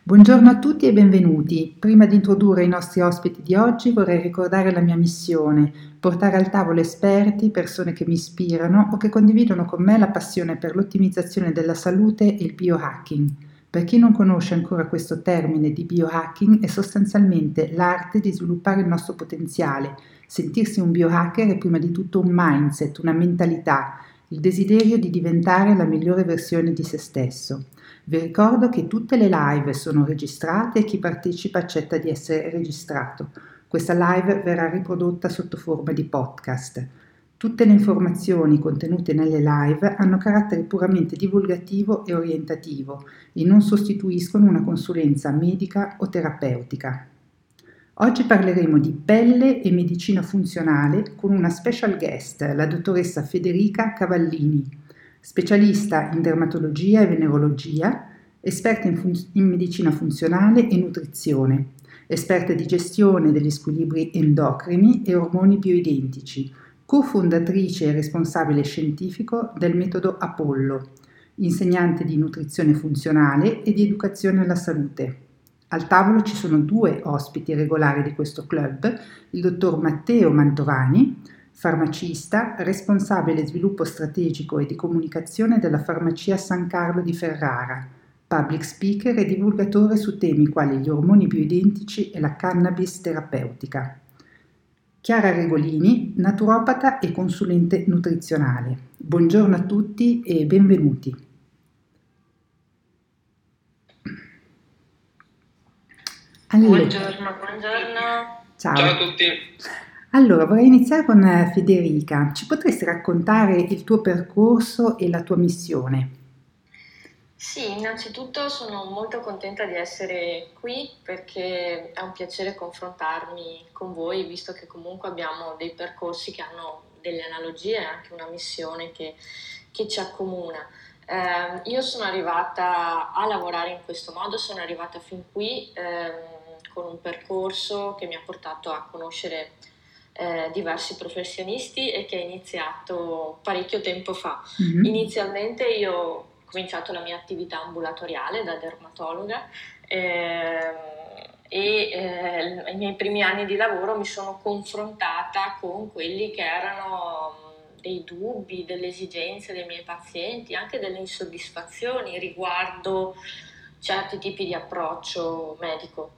Buongiorno a tutti e benvenuti. Prima di introdurre i nostri ospiti di oggi vorrei ricordare la mia missione: portare al tavolo esperti, persone che mi ispirano o che condividono con me la passione per l'ottimizzazione della salute e il biohacking. Per chi non conosce ancora questo termine di biohacking, è sostanzialmente l'arte di sviluppare il nostro potenziale. Sentirsi un biohacker è prima di tutto un mindset, una mentalità, il desiderio di diventare la migliore versione di se stesso. Vi ricordo che tutte le live sono registrate e chi partecipa accetta di essere registrato. Questa live verrà riprodotta sotto forma di podcast. Tutte le informazioni contenute nelle live hanno carattere puramente divulgativo e orientativo e non sostituiscono una consulenza medica o terapeutica. Oggi parleremo di pelle e medicina funzionale con una special guest, la dottoressa Federica Cavallini, specialista in dermatologia e venerologia, esperta in medicina funzionale e nutrizione, esperta di gestione degli squilibri endocrini e ormoni bioidentici, cofondatrice e responsabile scientifico del metodo Apollo, insegnante di nutrizione funzionale e di educazione alla salute. Al tavolo ci sono due ospiti regolari di questo club, il dottor Matteo Mantovani, farmacista, responsabile sviluppo strategico e di comunicazione della farmacia San Carlo di Ferrara, public speaker e divulgatore su temi quali gli ormoni bioidentici e la cannabis terapeutica. Chiara Regolini, naturopata e consulente nutrizionale. Buongiorno a tutti e benvenuti. Buongiorno. Ciao. Ciao a tutti. Allora, vorrei iniziare con Federica. Ci potresti raccontare il tuo percorso e la tua missione? Sì, innanzitutto sono molto contenta di essere qui perché è un piacere confrontarmi con voi, visto che comunque abbiamo dei percorsi che hanno delle analogie e anche una missione che ci accomuna. Io sono arrivata a lavorare in questo modo, sono arrivata fin qui con un percorso che mi ha portato a conoscere diversi professionisti e che è iniziato parecchio tempo fa. Inizialmente io ho cominciato la mia attività ambulatoriale da dermatologa ai miei primi anni di lavoro mi sono confrontata con quelli che erano dei dubbi, delle esigenze dei miei pazienti, anche delle insoddisfazioni riguardo certi tipi di approccio medico.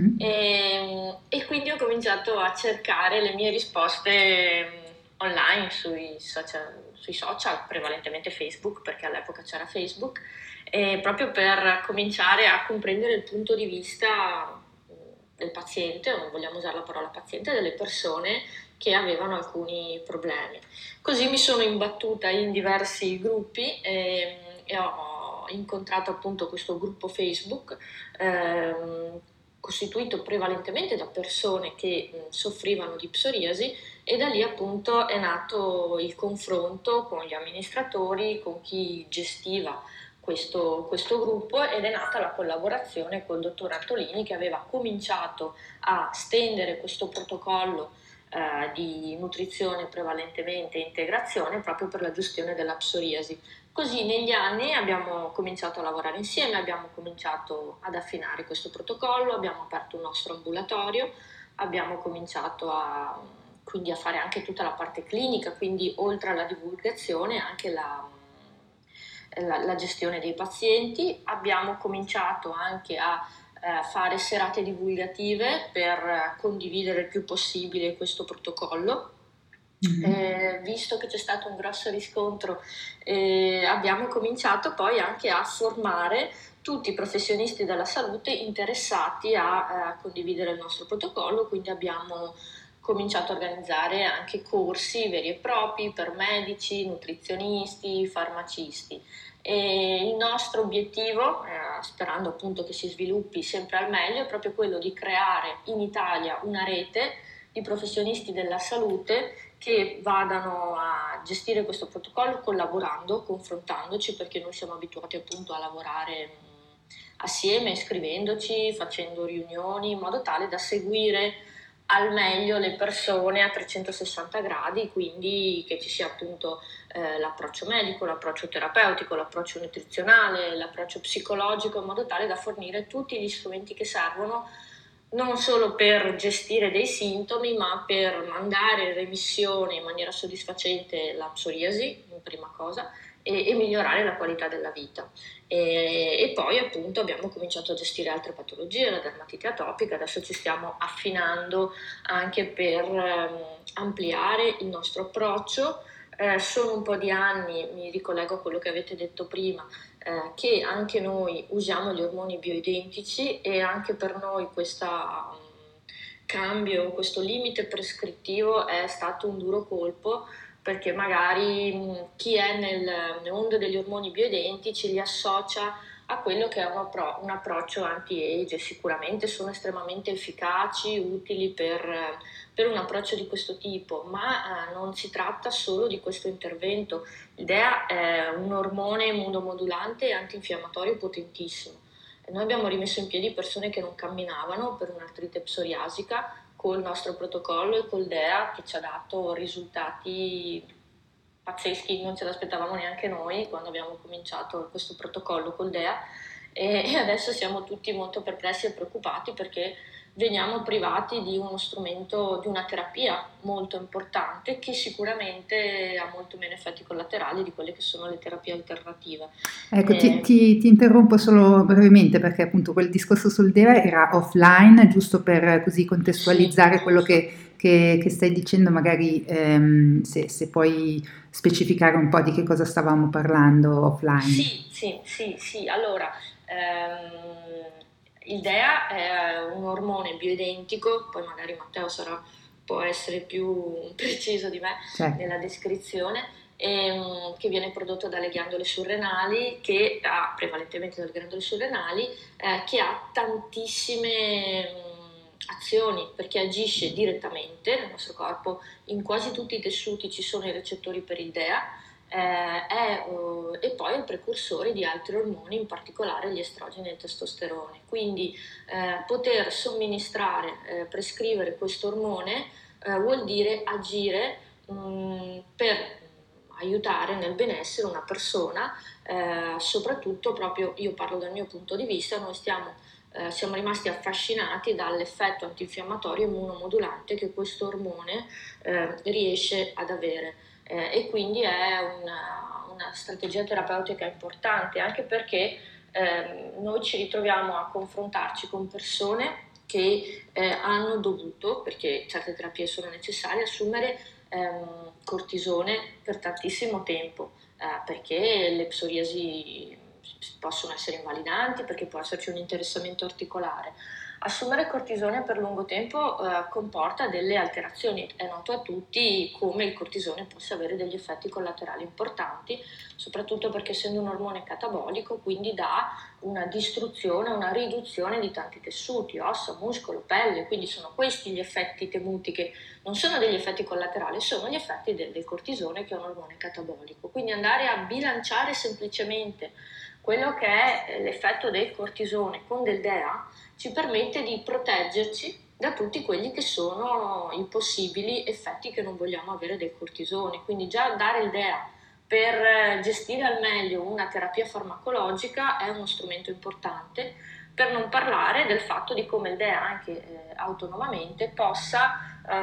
E quindi ho cominciato a cercare le mie risposte online sui social, prevalentemente Facebook, perché all'epoca c'era Facebook, proprio per cominciare a comprendere il punto di vista del paziente, o non vogliamo usare la parola paziente, delle persone che avevano alcuni problemi. Così mi sono imbattuta in diversi gruppi e ho incontrato appunto questo gruppo Facebook costituito prevalentemente da persone che soffrivano di psoriasi e da lì appunto è nato il confronto con gli amministratori, con chi gestiva questo gruppo ed è nata la collaborazione col dottor Antolini che aveva cominciato a stendere questo protocollo di nutrizione prevalentemente e integrazione proprio per la gestione della psoriasi. Così negli anni abbiamo cominciato a lavorare insieme, abbiamo cominciato ad affinare questo protocollo, abbiamo aperto un nostro ambulatorio, abbiamo cominciato quindi a fare anche tutta la parte clinica, quindi oltre alla divulgazione anche la gestione dei pazienti. Abbiamo cominciato anche a fare serate divulgative per condividere il più possibile questo protocollo. Visto che c'è stato un grosso riscontro, abbiamo cominciato poi anche a formare tutti i professionisti della salute interessati a condividere il nostro protocollo, quindi abbiamo cominciato a organizzare anche corsi veri e propri per medici, nutrizionisti, farmacisti. E il nostro obiettivo, sperando appunto che si sviluppi sempre al meglio, è proprio quello di creare in Italia una rete di professionisti della salute che vadano a gestire questo protocollo collaborando, confrontandoci, perché noi siamo abituati appunto a lavorare assieme, scrivendoci, facendo riunioni, in modo tale da seguire al meglio le persone a 360 gradi, quindi che ci sia appunto l'approccio medico, l'approccio terapeutico, l'approccio nutrizionale, l'approccio psicologico, in modo tale da fornire tutti gli strumenti che servono non solo per gestire dei sintomi, ma per mandare in remissione in maniera soddisfacente la psoriasi, in prima cosa, e migliorare la qualità della vita. E poi appunto abbiamo cominciato a gestire altre patologie, la dermatite atopica, adesso ci stiamo affinando anche per ampliare il nostro approccio. Sono un po' di anni, mi ricollego a quello che avete detto prima, che anche noi usiamo gli ormoni bioidentici e anche per noi questo cambio, questo limite prescrittivo è stato un duro colpo, perché magari chi è nel mondo degli ormoni bioidentici li associa a quello che è un approccio anti-age. Sicuramente sono estremamente efficaci, utili per un approccio di questo tipo, ma non si tratta solo di questo intervento. L'idea è un ormone immunomodulante e antinfiammatorio potentissimo. Noi abbiamo rimesso in piedi persone che non camminavano per un'artrite psoriasica col nostro protocollo e col DEA, che ci ha dato risultati pazzeschi, non ce l'aspettavamo neanche noi quando abbiamo cominciato questo protocollo col DEA, e adesso siamo tutti molto perplessi e preoccupati perché veniamo privati di uno strumento, di una terapia molto importante che sicuramente ha molto meno effetti collaterali di quelle che sono le terapie alternative. Ecco, ti interrompo solo brevemente perché appunto quel discorso sul DEA era offline, giusto per così Sì, contestualizzare quello giusto. che stai dicendo, magari se puoi specificare un po' di che cosa stavamo parlando offline. Sì, sì, sì, sì. Allora, il DEA è un ormone bioidentico, poi magari Matteo può essere più preciso di me Certo. nella descrizione, che viene prodotto dalle ghiandole surrenali, prevalentemente dalle ghiandole surrenali, che ha tantissime azioni, perché agisce direttamente nel nostro corpo. In quasi tutti i tessuti ci sono i recettori per il DEA, e poi è il precursore di altri ormoni, in particolare gli estrogeni e il testosterone. Quindi poter somministrare, prescrivere questo ormone vuol dire agire per aiutare nel benessere una persona, soprattutto proprio, io parlo dal mio punto di vista, siamo rimasti affascinati dall'effetto antinfiammatorio immunomodulante che questo ormone riesce ad avere, e quindi è una strategia terapeutica importante, anche perché noi ci ritroviamo a confrontarci con persone che hanno dovuto, perché certe terapie sono necessarie, assumere cortisone per tantissimo tempo, perché le psoriasi possono essere invalidanti, perché può esserci un interessamento articolare. Assumere cortisone per lungo tempo comporta delle alterazioni. È noto a tutti come il cortisone possa avere degli effetti collaterali importanti, soprattutto perché essendo un ormone catabolico, quindi dà una distruzione, una riduzione di tanti tessuti, ossa, muscolo, pelle, quindi sono questi gli effetti temuti, che non sono degli effetti collaterali, sono gli effetti del cortisone, che è un ormone catabolico. Quindi andare a bilanciare semplicemente quello che è l'effetto del cortisone con del DEA ci permette di proteggerci da tutti quelli che sono i possibili effetti che non vogliamo avere del cortisone. Quindi già dare il DEA per gestire al meglio una terapia farmacologica è uno strumento importante, per non parlare del fatto di come il DEA anche autonomamente possa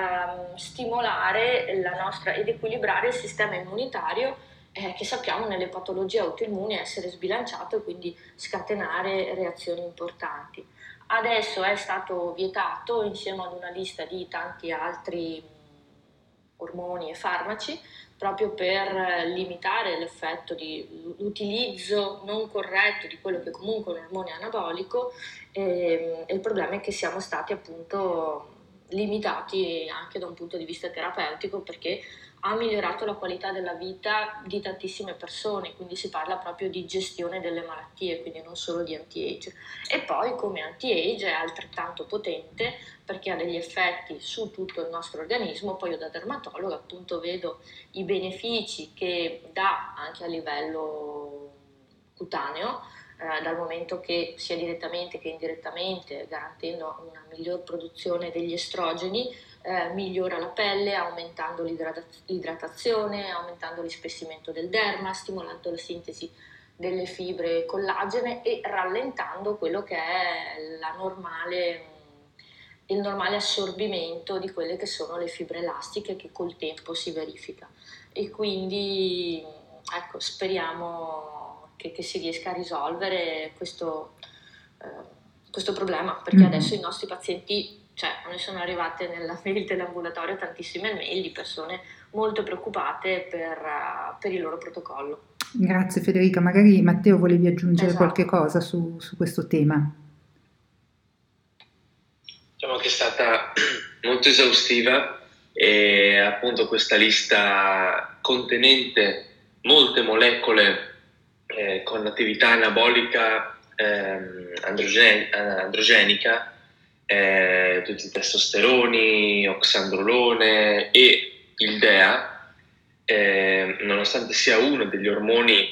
stimolare ed equilibrare il sistema immunitario, che sappiamo nelle patologie autoimmuni essere sbilanciato e quindi scatenare reazioni importanti. Adesso è stato vietato, insieme ad una lista di tanti altri ormoni e farmaci, proprio per limitare l'effetto di l'utilizzo non corretto di quello che comunque è un ormone anabolico, e il problema è che siamo stati appunto limitati anche da un punto di vista terapeutico, perché ha migliorato la qualità della vita di tantissime persone, quindi si parla proprio di gestione delle malattie, quindi non solo di anti-age. E poi come anti-age è altrettanto potente perché ha degli effetti su tutto il nostro organismo. Poi io da dermatologa appunto vedo i benefici che dà anche a livello cutaneo, dal momento che sia direttamente che indirettamente, garantendo una miglior produzione degli estrogeni, migliora la pelle aumentando l'idratazione, aumentando l'ispessimento del derma, stimolando la sintesi delle fibre collagene e rallentando quello che è il normale assorbimento di quelle che sono le fibre elastiche che col tempo si verifica. E quindi ecco, speriamo che si riesca a risolvere questo problema, perché adesso i nostri pazienti, cioè a noi sono arrivate nella mail dell'ambulatorio tantissime mail di persone molto preoccupate per il loro protocollo. Grazie Federica, magari Matteo volevi aggiungere qualche Esatto. cosa su questo tema. Diciamo che è stata molto esaustiva e appunto questa lista contenente molte molecole con attività anabolica androgenica, tutti i testosteroni, oxandrolone e il DEA, nonostante sia uno degli ormoni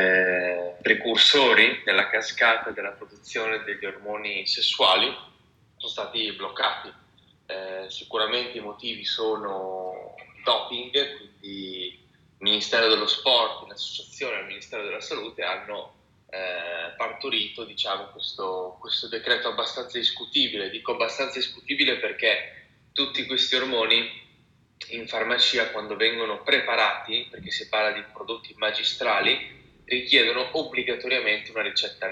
precursori nella cascata della produzione degli ormoni sessuali, sono stati bloccati. Sicuramente i motivi sono doping, quindi il Ministero dello Sport, in associazione al Ministero della Salute, hanno partorito, diciamo, questo decreto abbastanza discutibile. Dico abbastanza discutibile perché tutti questi ormoni in farmacia, quando vengono preparati, perché si parla di prodotti magistrali, richiedono obbligatoriamente una ricetta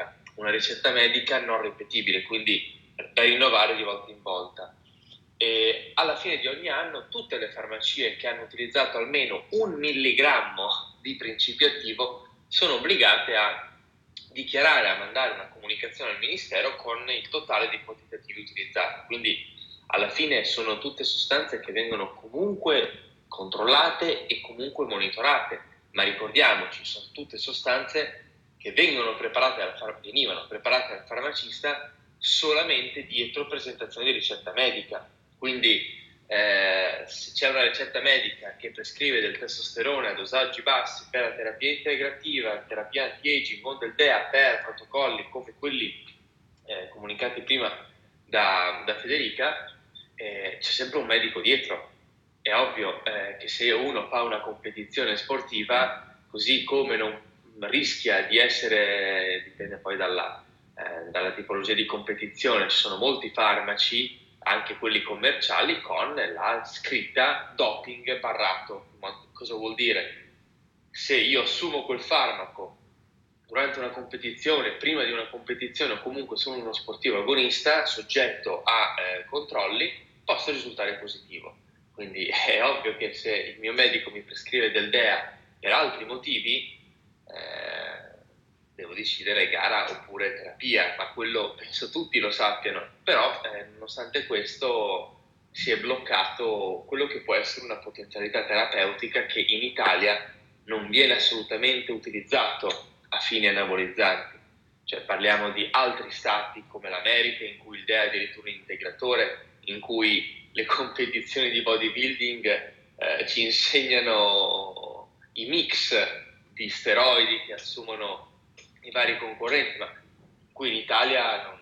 medica non ripetibile, quindi per rinnovare di volta in volta. E alla fine di ogni anno tutte le farmacie che hanno utilizzato almeno 1 milligrammo di principio attivo sono obbligate a dichiarare, a mandare una comunicazione al Ministero con il totale dei quantitativi utilizzati. Quindi alla fine sono tutte sostanze che vengono comunque controllate e comunque monitorate, ma ricordiamoci, sono tutte sostanze che venivano preparate al farmacista solamente dietro presentazione di ricetta medica. Quindi se c'è una ricetta medica che prescrive del testosterone a dosaggi bassi per la terapia integrativa, terapia anti-aging o del DEA per protocolli come quelli comunicati prima da Federica, c'è sempre un medico dietro. È ovvio che se uno fa una competizione sportiva, così come non rischia di essere, dipende poi dalla tipologia di competizione, ci sono molti farmaci, anche quelli commerciali, con la scritta doping barrato. Ma cosa vuol dire? Se io assumo quel farmaco durante una competizione, prima di una competizione, o comunque sono uno sportivo agonista, soggetto a controlli, posso risultare positivo. Quindi è ovvio che se il mio medico mi prescrive del DEA per altri motivi, devo decidere gara oppure terapia, ma quello penso tutti lo sappiano. Però nonostante questo si è bloccato quello che può essere una potenzialità terapeutica che in Italia non viene assolutamente utilizzato a fini anabolizzanti. Cioè parliamo di altri stati come l'America, in cui il DEA è addirittura un integratore, in cui le competizioni di bodybuilding ci insegnano i mix di steroidi che assumono i vari concorrenti, ma qui in Italia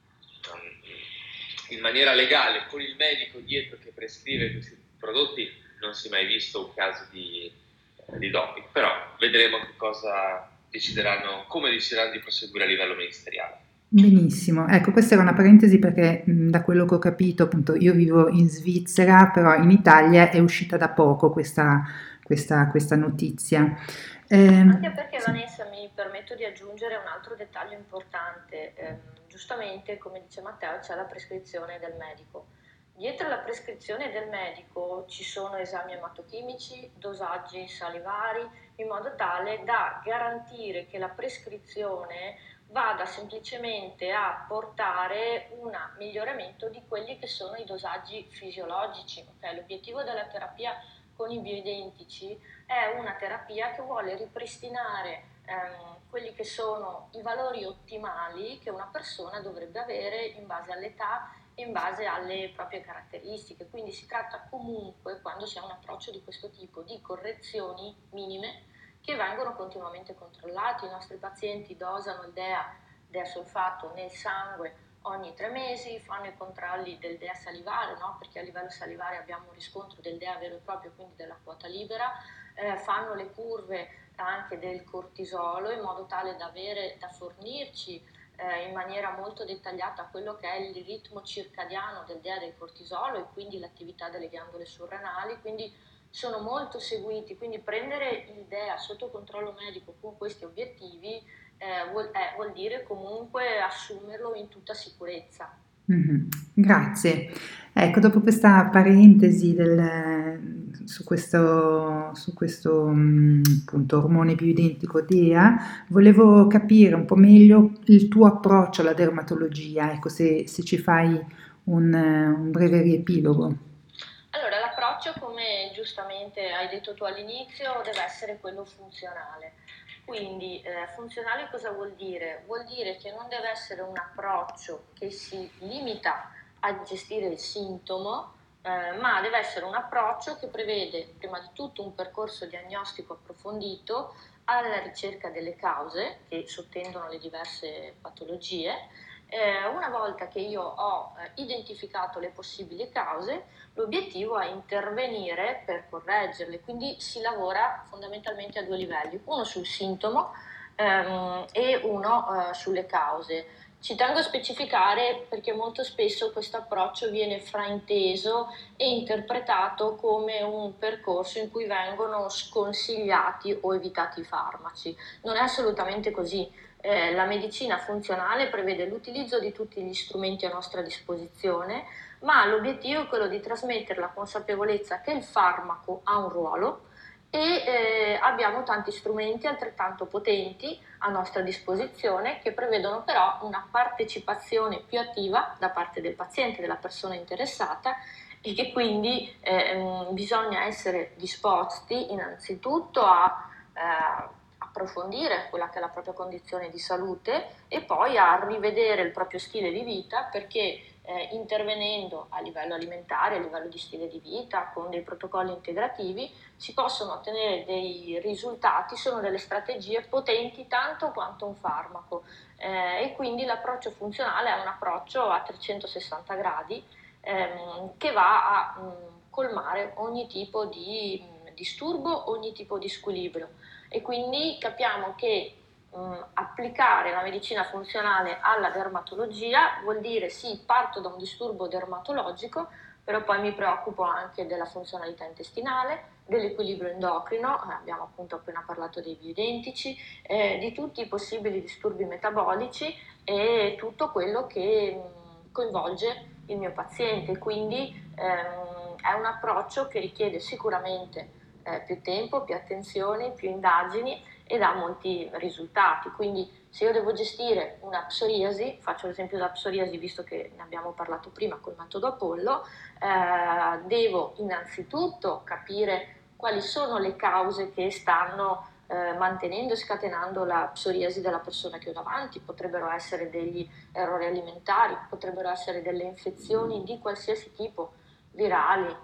in maniera legale, con il medico dietro che prescrive questi prodotti, non si è mai visto un caso di doping. Però vedremo che cosa decideranno, come decideranno di proseguire a livello ministeriale. Benissimo, ecco, questa era una parentesi perché da quello che ho capito, appunto, io vivo in Svizzera, però in Italia è uscita da poco questa notizia. Anche perché, Sì. Vanessa, mi permetto di aggiungere un altro dettaglio importante. Giustamente, come dice Matteo, c'è la prescrizione del medico. Dietro la prescrizione del medico ci sono esami ematochimici, dosaggi salivari, in modo tale da garantire che la prescrizione vada semplicemente a portare un miglioramento di quelli che sono i dosaggi fisiologici. Okay? L'obiettivo della terapia con i bioidentici è una terapia che vuole ripristinare quelli che sono i valori ottimali che una persona dovrebbe avere in base all'età e in base alle proprie caratteristiche. Quindi si tratta comunque, quando si ha un approccio di questo tipo, di correzioni minime che vengono continuamente controllati. I nostri pazienti dosano il DEA solfato nel sangue ogni 3 mesi, fanno i controlli del DEA salivare, no? Perché a livello salivare abbiamo un riscontro del DEA vero e proprio, quindi della quota libera, fanno le curve anche del cortisolo in modo tale da fornirci in maniera molto dettagliata quello che è il ritmo circadiano del DEA del cortisolo e quindi l'attività delle ghiandole surrenali, quindi sono molto seguiti, quindi prendere il DEA sotto controllo medico con questi obiettivi vuol dire comunque assumerlo in tutta sicurezza. Grazie. Ecco, dopo questa parentesi su questo appunto, ormone bioidentico DEA, volevo capire un po' meglio il tuo approccio alla dermatologia, ecco, se ci fai un breve riepilogo. Allora, l'approccio, come giustamente hai detto tu all'inizio, deve essere quello funzionale. Quindi funzionale cosa vuol dire? Vuol dire che non deve essere un approccio che si limita a gestire il sintomo, ma deve essere un approccio che prevede prima di tutto un percorso diagnostico approfondito alla ricerca delle cause che sottendono le diverse patologie. Una volta che io ho identificato le possibili cause, l'obiettivo è intervenire per correggerle, quindi si lavora fondamentalmente a 2 livelli, uno sul sintomo e uno sulle cause. Ci tengo a specificare perché molto spesso questo approccio viene frainteso e interpretato come un percorso in cui vengono sconsigliati o evitati i farmaci. Non è assolutamente così. La medicina funzionale prevede l'utilizzo di tutti gli strumenti a nostra disposizione, ma l'obiettivo è quello di trasmettere la consapevolezza che il farmaco ha un ruolo e abbiamo tanti strumenti altrettanto potenti a nostra disposizione che prevedono però una partecipazione più attiva da parte del paziente, della persona interessata e che quindi bisogna essere disposti innanzitutto a approfondire quella che è la propria condizione di salute e poi a rivedere il proprio stile di vita perché intervenendo a livello alimentare, a livello di stile di vita, con dei protocolli integrativi, si possono ottenere dei risultati, sono delle strategie potenti tanto quanto un farmaco e quindi l'approccio funzionale è un approccio a 360 gradi che va a colmare ogni tipo di disturbo, ogni tipo di squilibrio e quindi capiamo che applicare la medicina funzionale alla dermatologia vuol dire sì, parto da un disturbo dermatologico, però poi mi preoccupo anche della funzionalità intestinale, dell'equilibrio endocrino, abbiamo appunto appena parlato dei bioidentici, di tutti i possibili disturbi metabolici e tutto quello che coinvolge il mio paziente, quindi è un approccio che richiede sicuramente più tempo, più attenzioni, più indagini e dà molti risultati. Quindi se io devo gestire una psoriasi, faccio l'esempio della psoriasi visto che ne abbiamo parlato prima col metodo Apollo, devo innanzitutto capire quali sono le cause che stanno mantenendo e scatenando la psoriasi della persona che ho davanti, potrebbero essere degli errori alimentari, potrebbero essere delle infezioni di qualsiasi tipo, virali,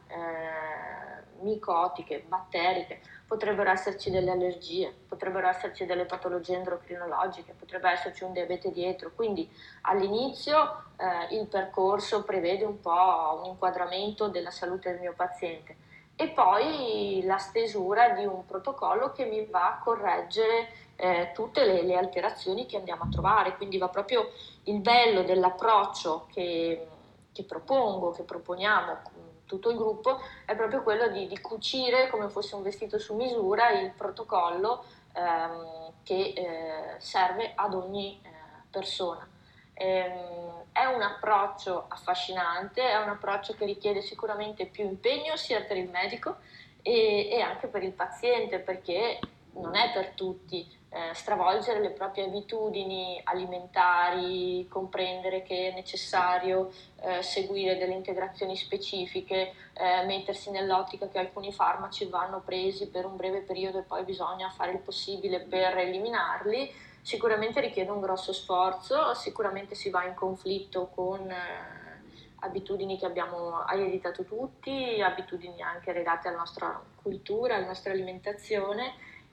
micotiche, batteriche, potrebbero esserci delle allergie, potrebbero esserci delle patologie endocrinologiche, potrebbe esserci un diabete dietro, quindi all'inizio il percorso prevede un po' un inquadramento della salute del mio paziente e poi la stesura di un protocollo che mi va a correggere tutte le alterazioni che andiamo a trovare, quindi va proprio il bello dell'approccio che propongo, che proponiamo tutto il gruppo, è proprio quello di cucire come fosse un vestito su misura il protocollo che serve ad ogni persona. È un approccio affascinante, è un approccio che richiede sicuramente più impegno sia per il medico e anche per il paziente perché non è per tutti. Stravolgere le proprie abitudini alimentari, comprendere che è necessario seguire delle integrazioni specifiche, mettersi nell'ottica che alcuni farmaci vanno presi per un breve periodo e poi bisogna fare il possibile per eliminarli, sicuramente richiede un grosso sforzo, sicuramente si va in conflitto con abitudini che abbiamo ereditato tutti, abitudini anche legate alla nostra cultura, alla nostra alimentazione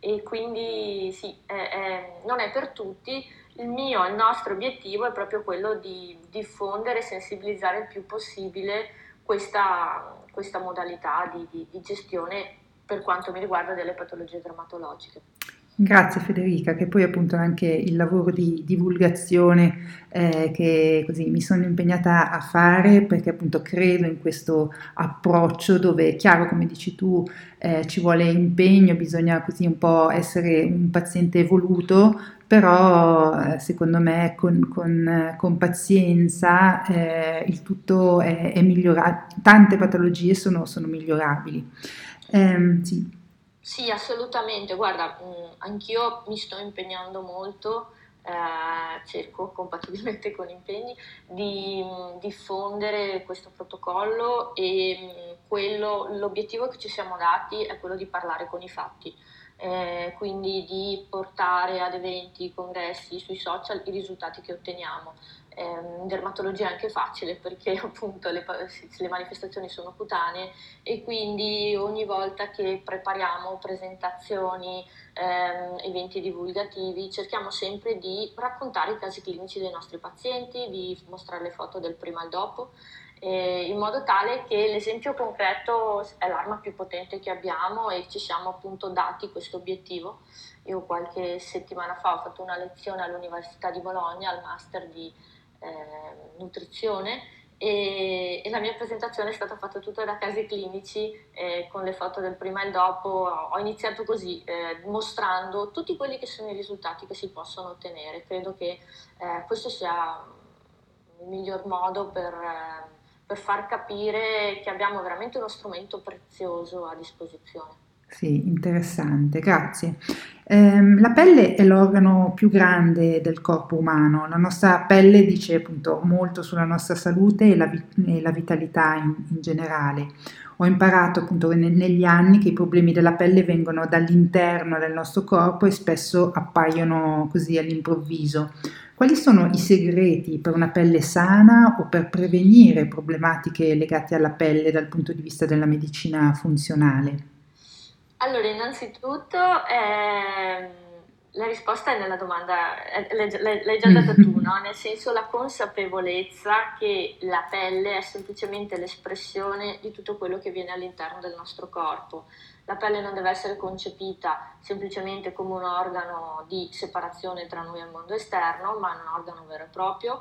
e quindi sì, non è per tutti. Il nostro obiettivo è proprio quello di diffondere e sensibilizzare il più possibile questa modalità di gestione per quanto mi riguarda delle patologie dermatologiche. Grazie Federica, che poi appunto anche il lavoro di divulgazione che così mi sono impegnata a fare perché appunto credo in questo approccio dove è chiaro, come dici tu, ci vuole impegno, bisogna così un po' essere un paziente evoluto, però secondo me con pazienza il tutto è migliorato, tante patologie sono migliorabili. Sì. Sì, assolutamente. Guarda, anch'io mi sto impegnando molto, cerco compatibilmente con gli impegni, di diffondere questo protocollo e l'obiettivo che ci siamo dati è quello di parlare con i fatti. Quindi di portare ad eventi, congressi sui social i risultati che otteniamo. In dermatologia è anche facile perché appunto le manifestazioni sono cutanee e quindi ogni volta che prepariamo presentazioni, eventi divulgativi, cerchiamo sempre di raccontare i casi clinici dei nostri pazienti, di mostrare le foto del prima e il dopo, in modo tale che l'esempio concreto è l'arma più potente che abbiamo e ci siamo appunto dati questo obiettivo. Io qualche settimana fa ho fatto una lezione all'Università di Bologna al master di nutrizione e la mia presentazione è stata fatta tutta da casi clinici con le foto del prima e il dopo. Ho iniziato così, mostrando tutti quelli che sono i risultati che si possono ottenere. Credo che questo sia il miglior modo per far capire che abbiamo veramente uno strumento prezioso a disposizione. Sì, interessante, grazie. La pelle è l'organo più grande del corpo umano. La nostra pelle dice appunto molto sulla nostra salute e la vitalità in generale. Ho imparato appunto negli anni che i problemi della pelle vengono dall'interno del nostro corpo e spesso appaiono così all'improvviso. Quali sono i segreti per una pelle sana o per prevenire problematiche legate alla pelle dal punto di vista della medicina funzionale? Allora, innanzitutto, la risposta è nella domanda, l'hai già data tu, no? Nel senso la consapevolezza che la pelle è semplicemente l'espressione di tutto quello che viene all'interno del nostro corpo. La pelle non deve essere concepita semplicemente come un organo di separazione tra noi e il mondo esterno, ma è un organo vero e proprio,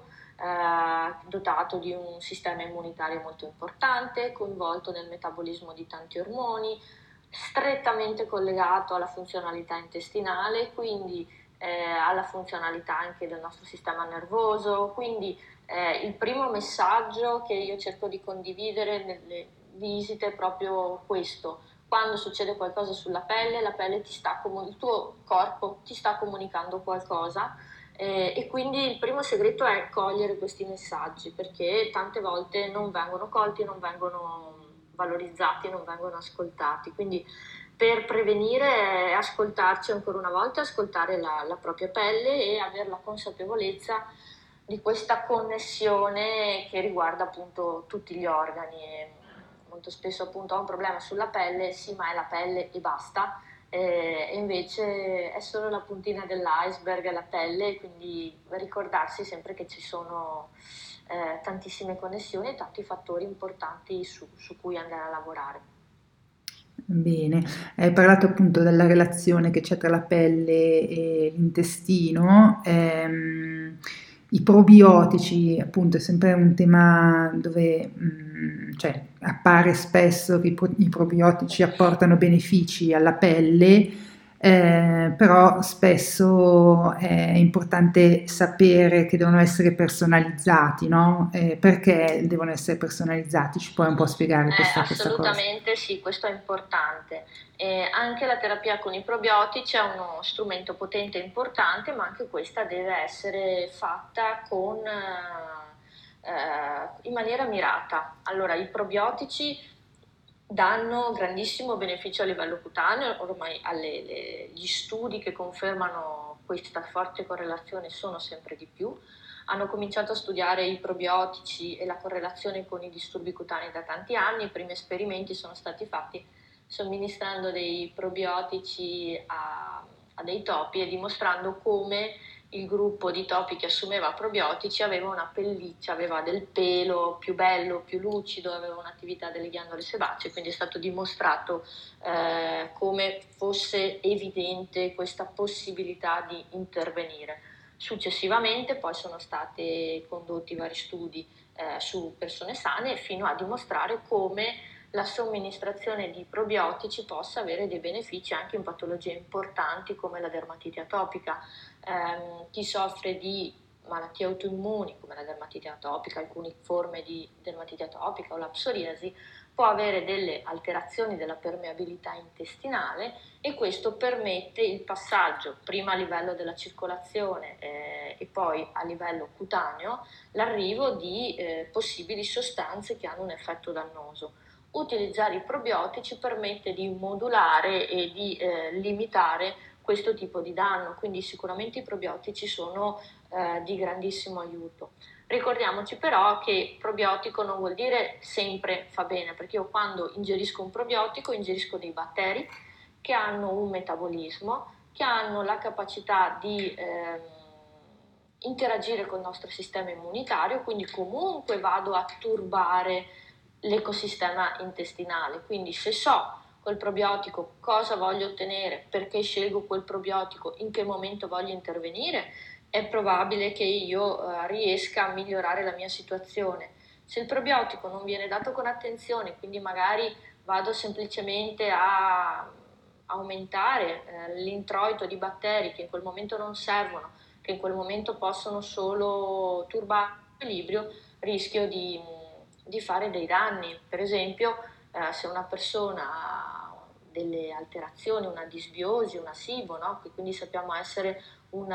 dotato di un sistema immunitario molto importante, coinvolto nel metabolismo di tanti ormoni, strettamente collegato alla funzionalità intestinale, quindi alla funzionalità anche del nostro sistema nervoso. Quindi il primo messaggio che io cerco di condividere nelle visite è proprio questo. Quando succede qualcosa sulla pelle, il tuo corpo ti sta comunicando qualcosa, e quindi il primo segreto è cogliere questi messaggi, perché tante volte non vengono colti, non vengono valorizzati, non vengono ascoltati. Quindi per prevenire ascoltarci ancora una volta, ascoltare la propria pelle e avere la consapevolezza di questa connessione che riguarda appunto tutti gli organi. E molto spesso appunto ho un problema sulla pelle, sì, ma è la pelle e basta, e invece è solo la puntina dell'iceberg, la pelle, quindi ricordarsi sempre che ci sono tantissime connessioni e tanti fattori importanti su cui andare a lavorare. Bene, hai parlato appunto della relazione che c'è tra la pelle e l'intestino. I probiotici, appunto, è sempre un tema dove cioè, appare spesso che i probiotici apportano benefici alla pelle, però spesso è importante sapere che devono essere personalizzati, no? Perché devono essere personalizzati? Ci puoi un po' spiegare questa cosa? Assolutamente sì, questo è importante. Anche la terapia con i probiotici è uno strumento potente e importante, ma anche questa deve essere fatta in maniera mirata. Allora, i probiotici danno grandissimo beneficio a livello cutaneo, ormai gli studi che confermano questa forte correlazione sono sempre di più. Hanno cominciato a studiare i probiotici e la correlazione con i disturbi cutanei da tanti anni, i primi esperimenti sono stati fatti somministrando dei probiotici a dei topi e dimostrando come il gruppo di topi che assumeva probiotici aveva una pelliccia, aveva del pelo più bello, più lucido, aveva un'attività delle ghiandole sebacee, quindi è stato dimostrato come fosse evidente questa possibilità di intervenire. Successivamente poi sono stati condotti vari studi su persone sane fino a dimostrare come la somministrazione di probiotici possa avere dei benefici anche in patologie importanti come la dermatite atopica. Chi soffre di malattie autoimmuni come la dermatite atopica, alcune forme di dermatite atopica o la psoriasi, può avere delle alterazioni della permeabilità intestinale e questo permette il passaggio prima a livello della circolazione e poi a livello cutaneo, l'arrivo di possibili sostanze che hanno un effetto dannoso. Utilizzare i probiotici permette di modulare e di limitare questo tipo di danno, quindi sicuramente i probiotici sono di grandissimo aiuto. Ricordiamoci però che probiotico non vuol dire sempre fa bene, perché io quando ingerisco un probiotico ingerisco dei batteri che hanno un metabolismo, che hanno la capacità di interagire con il nostro sistema immunitario, quindi comunque vado a turbare l'ecosistema intestinale. Quindi se so col probiotico cosa voglio ottenere, perché scelgo quel probiotico, in che momento voglio intervenire, è probabile che io riesca a migliorare la mia situazione. Se il probiotico non viene dato con attenzione, quindi magari vado semplicemente a aumentare l'introito di batteri che in quel momento non servono, che in quel momento possono solo turbare l'equilibrio, rischio di fare dei danni. Per esempio, se una persona ha delle alterazioni, una disbiosi, una SIBO, no? Che quindi sappiamo essere un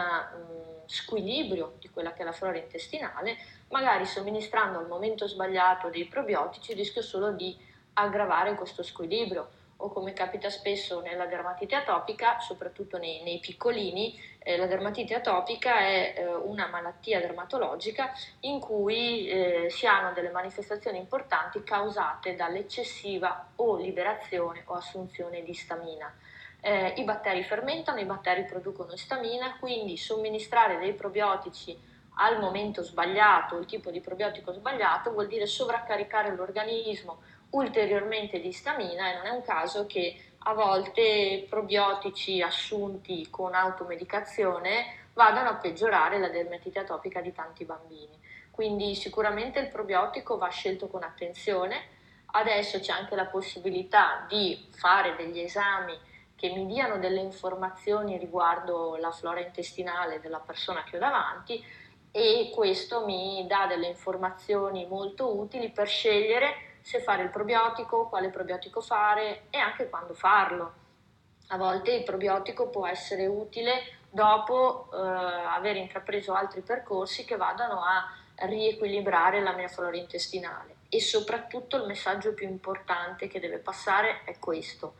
squilibrio di quella che è la flora intestinale, magari somministrando al momento sbagliato dei probiotici rischio solo di aggravare questo squilibrio. O come capita spesso nella dermatite atopica, soprattutto nei piccolini, la dermatite atopica è una malattia dermatologica in cui si hanno delle manifestazioni importanti causate dall'eccessiva o liberazione o assunzione di istamina. I batteri fermentano, i batteri producono istamina, quindi somministrare dei probiotici al momento sbagliato, il tipo di probiotico sbagliato, vuol dire sovraccaricare l'organismo ulteriormente di istamina e non è un caso che a volte probiotici assunti con automedicazione vadano a peggiorare la dermatite atopica di tanti bambini. Quindi sicuramente il probiotico va scelto con attenzione. Adesso c'è anche la possibilità di fare degli esami che mi diano delle informazioni riguardo la flora intestinale della persona che ho davanti e questo mi dà delle informazioni molto utili per scegliere se fare il probiotico, quale probiotico fare e anche quando farlo. A volte il probiotico può essere utile dopo aver intrapreso altri percorsi che vadano a riequilibrare la mia flora intestinale e soprattutto il messaggio più importante che deve passare è questo.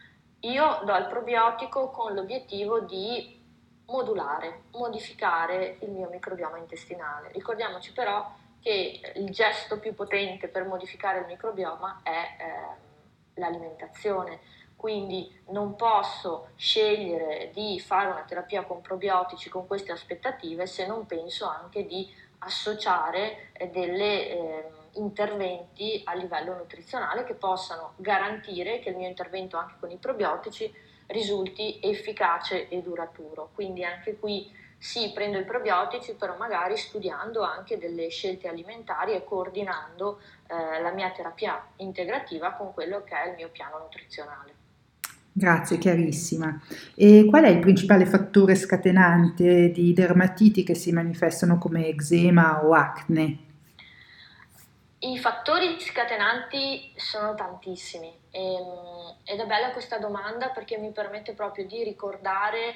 Io do il probiotico con l'obiettivo di modulare, modificare il mio microbioma intestinale. Ricordiamoci però che il gesto più potente per modificare il microbioma è l'alimentazione, quindi non posso scegliere di fare una terapia con probiotici con queste aspettative se non penso anche di associare delle interventi a livello nutrizionale che possano garantire che il mio intervento anche con i probiotici risulti efficace e duraturo. Quindi anche qui sì, prendo i probiotici, però magari studiando anche delle scelte alimentari e coordinando la mia terapia integrativa con quello che è il mio piano nutrizionale. Grazie, chiarissima. E qual è il principale fattore scatenante di dermatiti che si manifestano come eczema o acne? I fattori scatenanti sono tantissimi ed è bella questa domanda perché mi permette proprio di ricordare,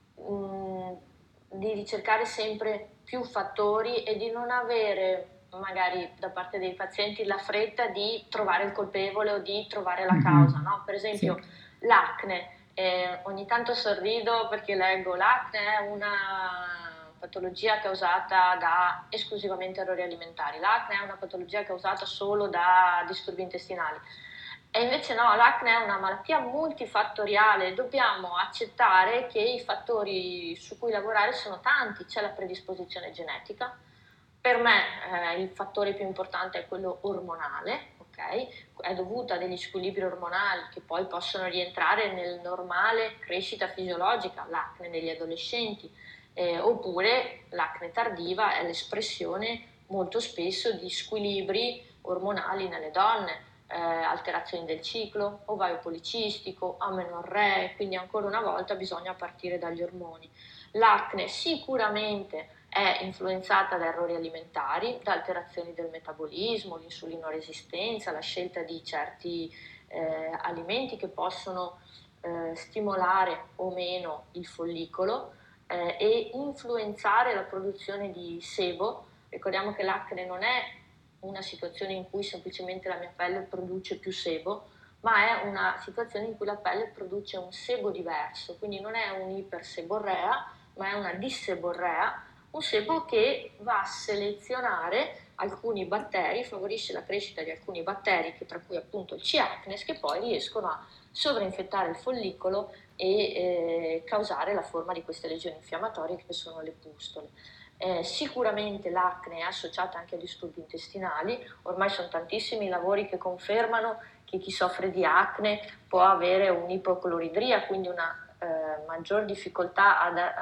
di ricercare sempre più fattori e di non avere magari da parte dei pazienti la fretta di trovare il colpevole o di trovare la causa, no? Per esempio Sì. l'acne, ogni tanto sorrido perché leggo l'acne è una patologia causata da esclusivamente errori alimentari, l'acne è una patologia causata solo da disturbi intestinali. E invece no, l'acne è una malattia multifattoriale, dobbiamo accettare che i fattori su cui lavorare sono tanti, c'è la predisposizione genetica, per me il fattore più importante è quello ormonale, ok? È dovuto a degli squilibri ormonali che poi possono rientrare nel normale crescita fisiologica, l'acne negli adolescenti, oppure l'acne tardiva è l'espressione molto spesso di squilibri ormonali nelle donne, alterazioni del ciclo, ovaio policistico, amenorree, quindi ancora una volta bisogna partire dagli ormoni. L'acne sicuramente è influenzata da errori alimentari, da alterazioni del metabolismo, l'insulinoresistenza, la scelta di certi alimenti che possono stimolare o meno il follicolo e influenzare la produzione di sebo. Ricordiamo che l'acne non è una situazione in cui semplicemente la mia pelle produce più sebo, ma è una situazione in cui la pelle produce un sebo diverso, quindi non è un'iperseborrea, ma è una disseborrea, un sebo che va a selezionare alcuni batteri, favorisce la crescita di alcuni batteri, che tra cui appunto il C. acnes, che poi riescono a sovrainfettare il follicolo e causare la forma di queste lesioni infiammatorie che sono le pustole. Sicuramente l'acne è associata anche a disturbi intestinali, ormai sono tantissimi i lavori che confermano che chi soffre di acne può avere un'ipocloridria, quindi una maggior difficoltà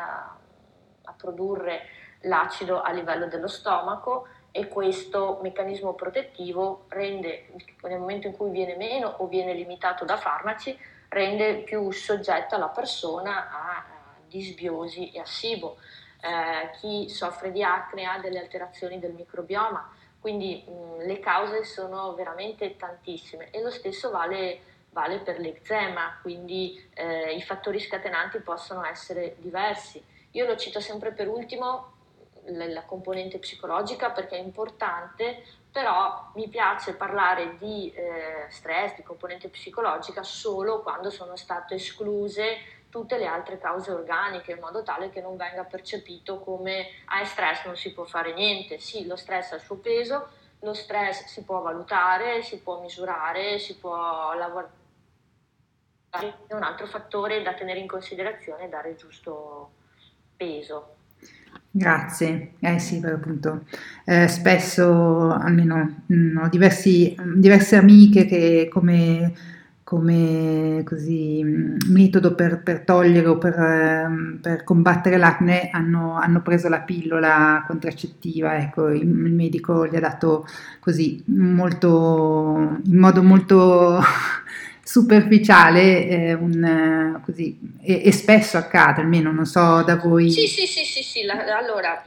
a produrre l'acido a livello dello stomaco, e questo meccanismo protettivo rende, nel momento in cui viene meno o viene limitato da farmaci, rende più soggetta la persona a disbiosi e a SIBO. Chi soffre di acne ha delle alterazioni del microbioma, quindi le cause sono veramente tantissime, e lo stesso vale per l'eczema, quindi i fattori scatenanti possono essere diversi. Io lo cito sempre per ultimo, la componente psicologica, perché è importante, però mi piace parlare di stress, di componente psicologica, solo quando sono state escluse tutte le altre cause organiche, in modo tale che non venga percepito come è stress, non si può fare niente. Sì, lo stress ha il suo peso, lo stress si può valutare, si può misurare, si può lavorare, è un altro fattore da tenere in considerazione e dare il giusto peso. Grazie, sì, per appunto, spesso, almeno ho diverse amiche che come così metodo per togliere o per combattere l'acne hanno preso la pillola contraccettiva, ecco, il medico gli ha dato così in modo molto superficiale, così, e spesso accade, almeno non so da Sì, voi. sì, sì, sì, sì. Allora,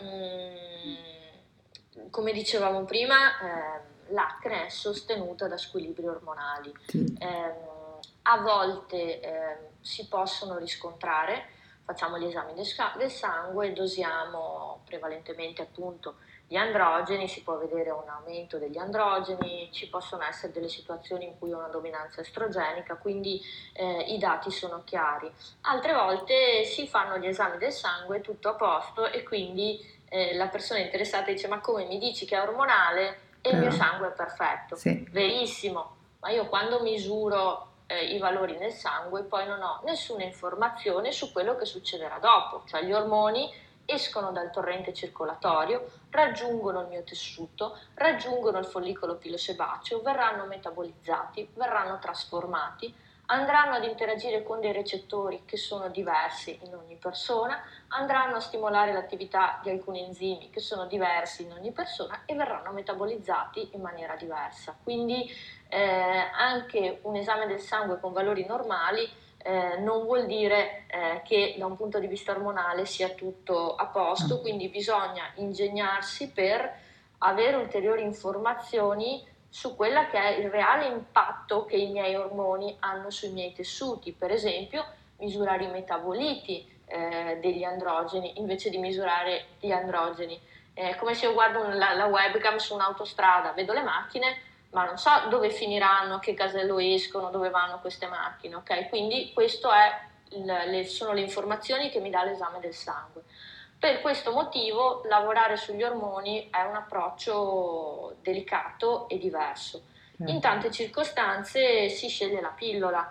come dicevamo prima, l'acne è sostenuta da squilibri ormonali. Sì. A volte si possono riscontrare, facciamo gli esami del sangue, dosiamo prevalentemente appunto gli androgeni, si può vedere un aumento degli androgeni, ci possono essere delle situazioni in cui ho una dominanza estrogenica, quindi i dati sono chiari. Altre volte si fanno gli esami del sangue, tutto a posto, e quindi la persona interessata dice: ma come mi dici che è ormonale e il mio Però, sangue è perfetto? sì. Verissimo, ma io quando misuro i valori nel sangue poi non ho nessuna informazione su quello che succederà dopo, cioè gli ormoni escono dal torrente circolatorio, raggiungono il mio tessuto, raggiungono il follicolo pilosebaceo, verranno metabolizzati, verranno trasformati, andranno ad interagire con dei recettori che sono diversi in ogni persona, andranno a stimolare l'attività di alcuni enzimi che sono diversi in ogni persona e verranno metabolizzati in maniera diversa. Quindi anche un esame del sangue con valori normali non vuol dire che da un punto di vista ormonale sia tutto a posto, quindi bisogna ingegnarsi per avere ulteriori informazioni su quella che è il reale impatto che i miei ormoni hanno sui miei tessuti. Per esempio, misurare i metaboliti degli androgeni invece di misurare gli androgeni. Come se io guardo la webcam su un'autostrada, vedo le macchine, ma non so dove finiranno, che casello escono, dove vanno queste macchine, ok? Quindi questo sono le informazioni che mi dà l'esame del sangue. Per questo motivo lavorare sugli ormoni è un approccio delicato e diverso. In tante circostanze si sceglie la pillola.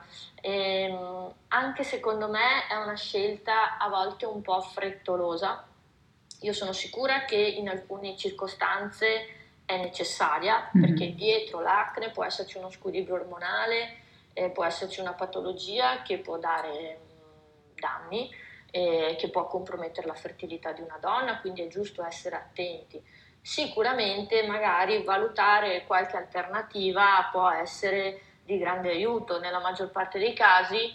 Anche secondo me è una scelta a volte un po' frettolosa. Io sono sicura che in alcune circostanze è necessaria, perché dietro l'acne può esserci uno squilibrio ormonale, può esserci una patologia che può dare danni, che può compromettere la fertilità di una donna, quindi è giusto essere attenti. Sicuramente magari valutare qualche alternativa può essere di grande aiuto. Nella maggior parte dei casi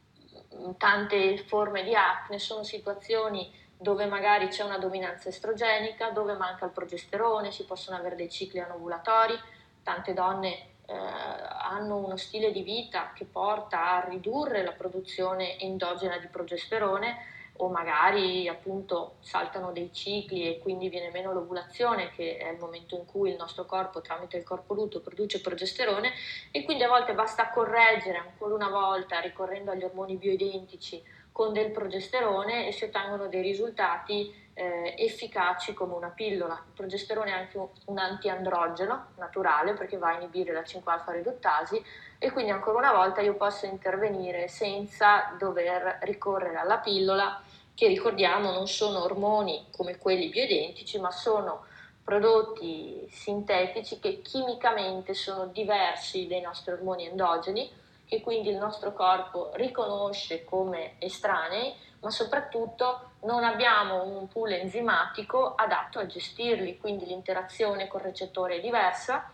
tante forme di acne sono situazioni dove magari c'è una dominanza estrogenica, dove manca il progesterone, si possono avere dei cicli anovulatori, tante donne hanno uno stile di vita che porta a ridurre la produzione endogena di progesterone, o magari appunto saltano dei cicli e quindi viene meno l'ovulazione, che è il momento in cui il nostro corpo tramite il corpo luto produce progesterone, e quindi a volte basta correggere ancora una volta ricorrendo agli ormoni bioidentici con del progesterone e si ottengono dei risultati efficaci come una pillola. Il progesterone è anche un antiandrogeno naturale perché va a inibire la 5-alfa riduttasi, e quindi ancora una volta io posso intervenire senza dover ricorrere alla pillola, che ricordiamo non sono ormoni come quelli bioidentici, ma sono prodotti sintetici che chimicamente sono diversi dai nostri ormoni endogeni, che quindi il nostro corpo riconosce come estranei, ma soprattutto non abbiamo un pool enzimatico adatto a gestirli, quindi l'interazione col recettore è diversa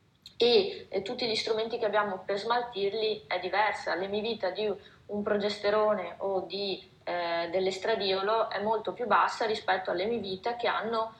e tutti gli strumenti che abbiamo per smaltirli è diversa. L'emivita di un progesterone o dell'estradiolo è molto più bassa rispetto all'emivita che hanno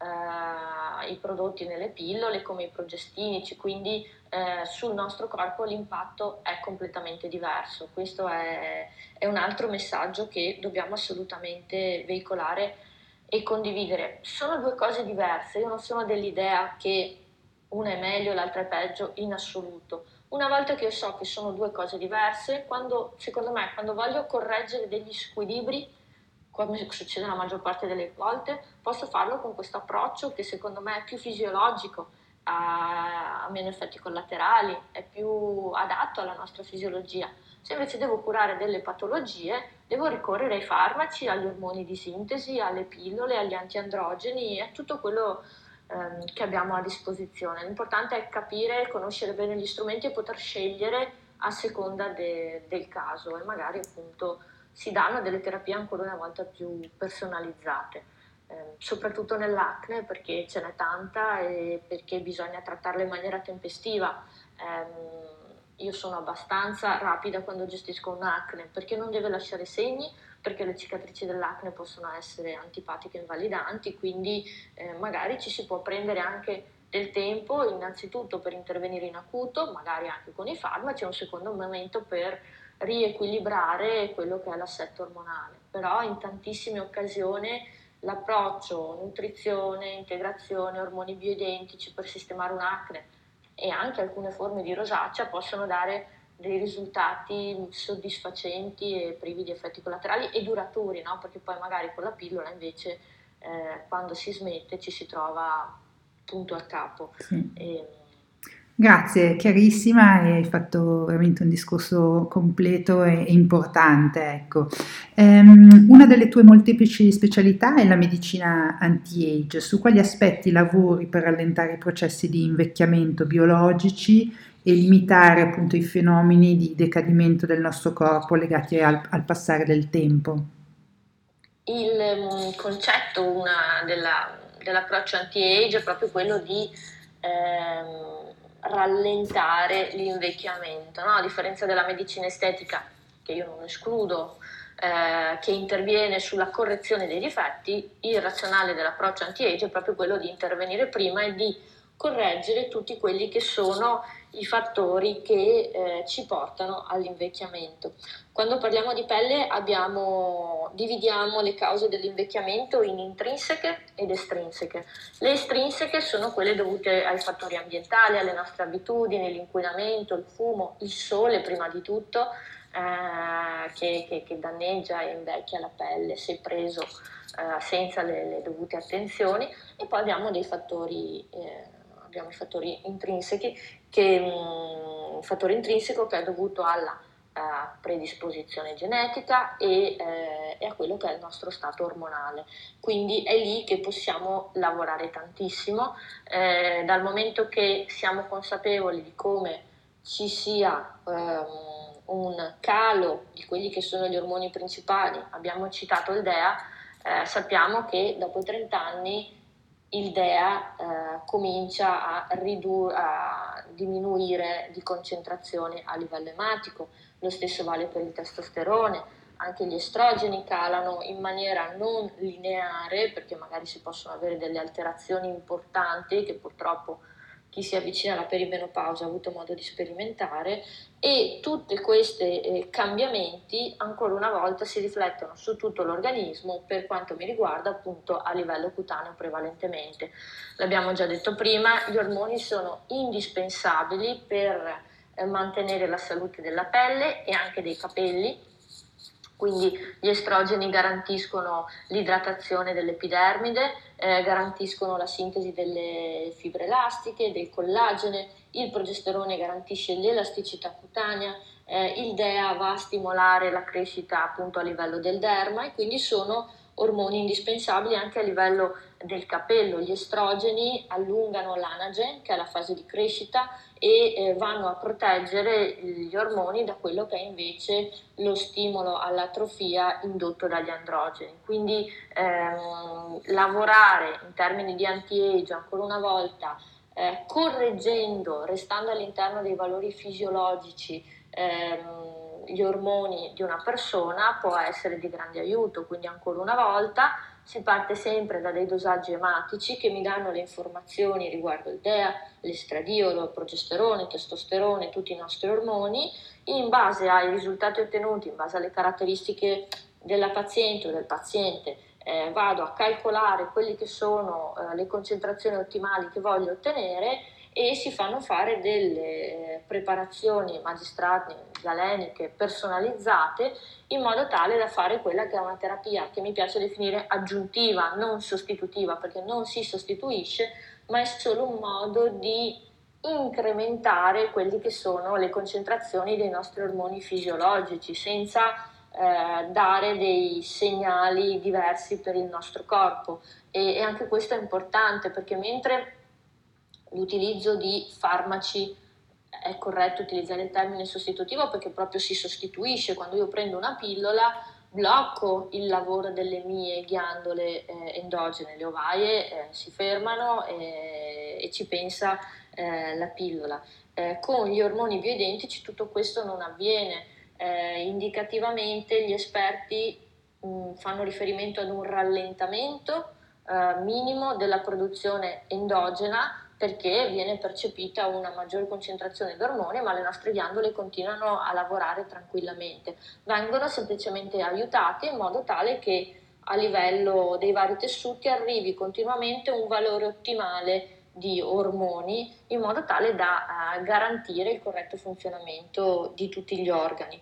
i prodotti nelle pillole come i progestinici, quindi sul nostro corpo l'impatto è completamente diverso. Questo è un altro messaggio che dobbiamo assolutamente veicolare e condividere. Sono due cose diverse, io non sono dell'idea che una è meglio e l'altra è peggio in assoluto. Una volta che io so che sono due cose diverse, secondo me quando voglio correggere degli squilibri, come succede la maggior parte delle volte, posso farlo con questo approccio che secondo me è più fisiologico, ha meno effetti collaterali, è più adatto alla nostra fisiologia. Se invece devo curare delle patologie, devo ricorrere ai farmaci, agli ormoni di sintesi, alle pillole, agli antiandrogeni e a tutto quello che abbiamo a disposizione. L'importante è capire, conoscere bene gli strumenti e poter scegliere a seconda del caso, e magari appunto si danno delle terapie ancora una volta più personalizzate, soprattutto nell'acne perché ce n'è tanta e perché bisogna trattarla in maniera tempestiva. Io sono abbastanza rapida quando gestisco un'acne perché non deve lasciare segni, perché le cicatrici dell'acne possono essere antipatiche e invalidanti, quindi magari ci si può prendere anche del tempo, innanzitutto per intervenire in acuto, magari anche con i farmaci, e un secondo momento per riequilibrare quello che è l'assetto ormonale. Però in tantissime occasioni l'approccio nutrizione, integrazione, ormoni bioidentici per sistemare un'acne e anche alcune forme di rosacea possono dare dei risultati soddisfacenti e privi di effetti collaterali e duraturi, no? Perché poi magari con la pillola invece quando si smette ci si trova punto a capo. Sì. Grazie, chiarissima, e hai fatto veramente un discorso completo e importante, ecco. Una delle tue molteplici specialità è la medicina anti-age. Su quali aspetti lavori per rallentare i processi di invecchiamento biologici e limitare appunto i fenomeni di decadimento del nostro corpo legati al passare del tempo? Il concetto dell'approccio anti-age è proprio quello di rallentare l'invecchiamento, no? A differenza della medicina estetica, che io non escludo, che interviene sulla correzione dei difetti, il razionale dell'approccio anti-age è proprio quello di intervenire prima e di correggere tutti quelli che sono i fattori che ci portano all'invecchiamento. Quando parliamo di pelle dividiamo le cause dell'invecchiamento in intrinseche ed estrinseche. Le estrinseche sono quelle dovute ai fattori ambientali, alle nostre abitudini, l'inquinamento, il fumo, il sole prima di tutto, che danneggia e invecchia la pelle se preso senza le dovute attenzioni. E poi abbiamo dei fattori abbiamo i fattori intrinseci, il fattore intrinseco che è dovuto alla predisposizione genetica e a quello che è il nostro stato ormonale. Quindi è lì che possiamo lavorare tantissimo, dal momento che siamo consapevoli di come ci sia un calo di quelli che sono gli ormoni principali. Abbiamo citato il DEA, sappiamo che dopo 30 anni il DEA comincia a diminuire di concentrazione a livello ematico. Lo stesso vale per il testosterone, anche gli estrogeni calano in maniera non lineare, perché magari si possono avere delle alterazioni importanti che purtroppo chi si avvicina alla perimenopausa ha avuto modo di sperimentare, e tutti questi cambiamenti ancora una volta si riflettono su tutto l'organismo, per quanto mi riguarda appunto a livello cutaneo prevalentemente. L'abbiamo già detto prima, gli ormoni sono indispensabili per mantenere la salute della pelle e anche dei capelli. Quindi gli estrogeni garantiscono l'idratazione dell'epidermide, garantiscono la sintesi delle fibre elastiche, del collagene, il progesterone garantisce l'elasticità cutanea, il DEA va a stimolare la crescita appunto a livello del derma, e quindi sono ormoni indispensabili anche a livello del capello. Gli estrogeni allungano l'anagen, che è la fase di crescita, e vanno a proteggere gli ormoni da quello che è invece lo stimolo all'atrofia indotto dagli androgeni. Quindi lavorare in termini di anti-age ancora una volta, correggendo, restando all'interno dei valori fisiologici, gli ormoni di una persona, può essere di grande aiuto. Quindi ancora una volta si parte sempre da dei dosaggi ematici che mi danno le informazioni riguardo il DEA, l'estradiolo, il progesterone, il testosterone, tutti i nostri ormoni. In base ai risultati ottenuti, in base alle caratteristiche della paziente o del paziente, vado a calcolare quelle che sono le concentrazioni ottimali che voglio ottenere, e si fanno fare delle preparazioni magistrali galeniche personalizzate, in modo tale da fare quella che è una terapia che mi piace definire aggiuntiva, non sostitutiva, perché non si sostituisce, ma è solo un modo di incrementare quelle che sono le concentrazioni dei nostri ormoni fisiologici, senza dare dei segnali diversi per il nostro corpo. E anche questo è importante, perché mentre l'utilizzo di farmaci, è corretto utilizzare il termine sostitutivo perché proprio si sostituisce, quando io prendo una pillola blocco il lavoro delle mie ghiandole endogene, le ovaie si fermano e ci pensa la pillola. Con gli ormoni bioidentici tutto questo non avviene. Indicativamente gli esperti fanno riferimento ad un rallentamento minimo della produzione endogena, perché viene percepita una maggiore concentrazione di ormoni, ma le nostre ghiandole continuano a lavorare tranquillamente. Vengono semplicemente aiutate in modo tale che a livello dei vari tessuti arrivi continuamente un valore ottimale di ormoni, in modo tale da garantire il corretto funzionamento di tutti gli organi.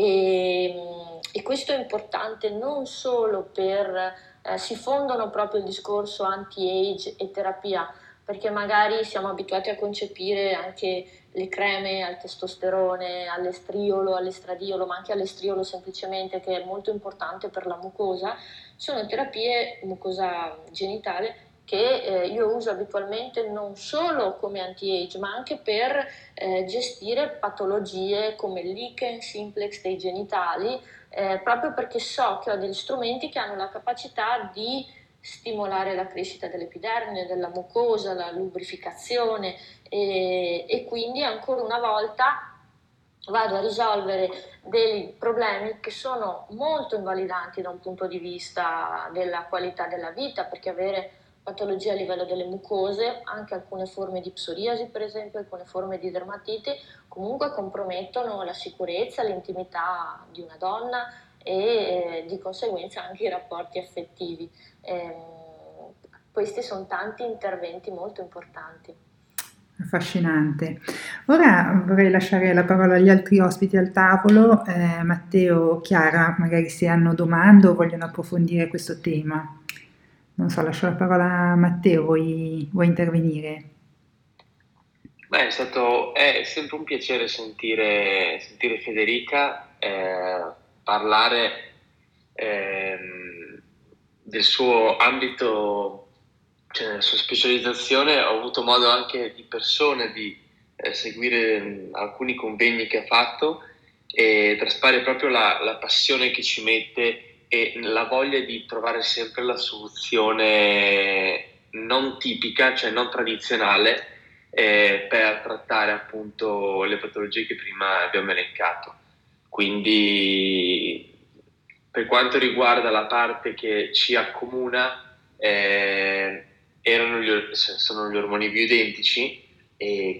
E questo è importante non solo per si fondono proprio il discorso anti-age e terapia, perché magari siamo abituati a concepire anche le creme al testosterone, all'estriolo, all'estradiolo, ma anche all'estriolo semplicemente, che è molto importante per la mucosa. Sono terapie mucosa genitale che io uso abitualmente non solo come anti-age, ma anche per gestire patologie come il lichen simplex dei genitali, proprio perché so che ho degli strumenti che hanno la capacità di stimolare la crescita dell'epidermide, della mucosa, la lubrificazione, e quindi ancora una volta vado a risolvere dei problemi che sono molto invalidanti da un punto di vista della qualità della vita, perché avere patologie a livello delle mucose, anche alcune forme di psoriasi per esempio, alcune forme di dermatite, comunque compromettono la sicurezza, l'intimità di una donna e di conseguenza anche i rapporti affettivi. Questi sono tanti interventi molto importanti. Affascinante. Ora vorrei lasciare la parola agli altri ospiti al tavolo, Matteo, Chiara, magari se hanno domande o vogliono approfondire questo tema. Non so, lascio la parola a Matteo, vuoi intervenire? Beh, è sempre un piacere sentire Federica parlare del suo ambito, cioè della sua specializzazione. Ho avuto modo anche di persona di seguire alcuni convegni che ha fatto e traspare proprio la passione che ci mette e la voglia di trovare sempre la soluzione non tipica, cioè non tradizionale, per trattare appunto le patologie che prima abbiamo elencato. Quindi per quanto riguarda la parte che ci accomuna, sono gli ormoni bioidentici e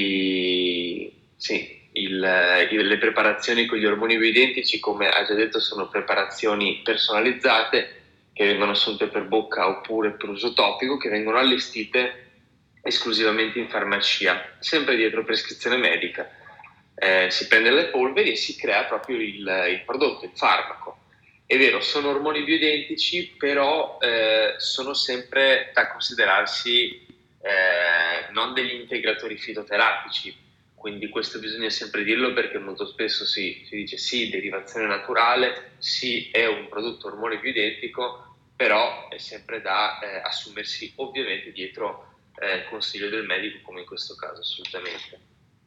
quindi sì, le preparazioni con gli ormoni bioidentici, come ha già detto, sono preparazioni personalizzate che vengono assunte per bocca oppure per uso topico, che vengono allestite esclusivamente in farmacia, sempre dietro prescrizione medica. Si prende le polveri e si crea proprio il prodotto, il farmaco. È vero, sono ormoni bioidentici, però sono sempre da considerarsi non degli integratori fitoterapici, quindi questo bisogna sempre dirlo, perché molto spesso si dice sì, derivazione naturale, sì, è un prodotto ormone bioidentico, però è sempre da assumersi ovviamente dietro il consiglio del medico, come in questo caso, assolutamente.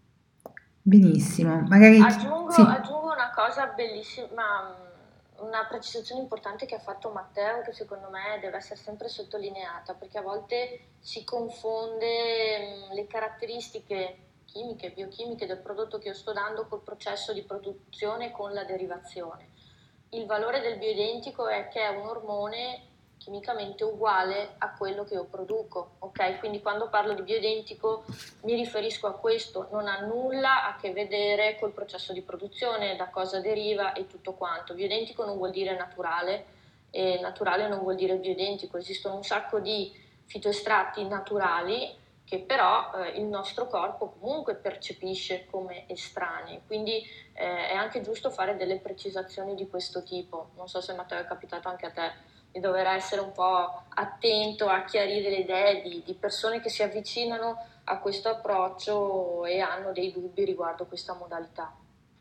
Benissimo, magari sì. Aggiungo una cosa bellissima, una precisazione importante che ha fatto Matteo, che secondo me deve essere sempre sottolineata, perché a volte si confonde le caratteristiche chimiche, biochimiche del prodotto che io sto dando col processo di produzione e con la derivazione. Il valore del bioidentico è che è un ormone chimicamente uguale a quello che io produco, ok? Quindi quando parlo di bioidentico mi riferisco a questo, non ha nulla a che vedere col processo di produzione, da cosa deriva e tutto quanto. Bioidentico non vuol dire naturale e naturale non vuol dire bioidentico, esistono un sacco di fitoestratti naturali che però il nostro corpo comunque percepisce come estranei, quindi è anche giusto fare delle precisazioni di questo tipo. Non so se Matteo è capitato anche a te di dover essere un po' attento a chiarire le idee di persone che si avvicinano a questo approccio e hanno dei dubbi riguardo questa modalità.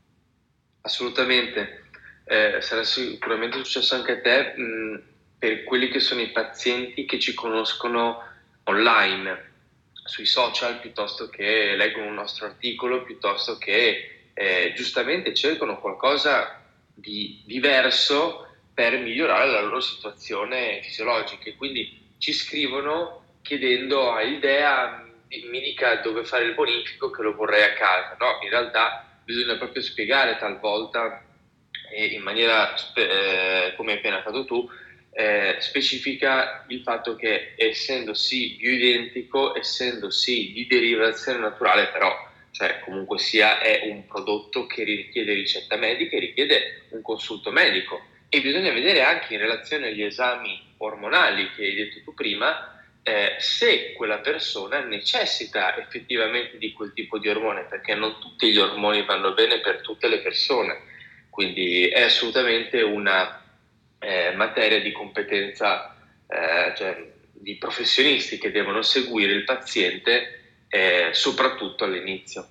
Assolutamente. Sarà sicuramente successo anche a te, per quelli che sono i pazienti che ci conoscono online, sui social, piuttosto che leggono un nostro articolo, piuttosto che giustamente cercano qualcosa di diverso per migliorare la loro situazione fisiologica, e quindi ci scrivono chiedendo: hai idea, mi dica dove fare il bonifico che lo vorrei a casa. No, in realtà bisogna proprio spiegare talvolta, in maniera, come hai appena fatto tu, specifica il fatto che, essendo sì bioidentico, essendo sì di derivazione naturale, però cioè comunque sia è un prodotto che richiede ricetta medica e richiede un consulto medico, e bisogna vedere anche in relazione agli esami ormonali che hai detto tu prima, se quella persona necessita effettivamente di quel tipo di ormone, perché non tutti gli ormoni vanno bene per tutte le persone, quindi è assolutamente una materia di competenza, cioè di professionisti che devono seguire il paziente, soprattutto all'inizio.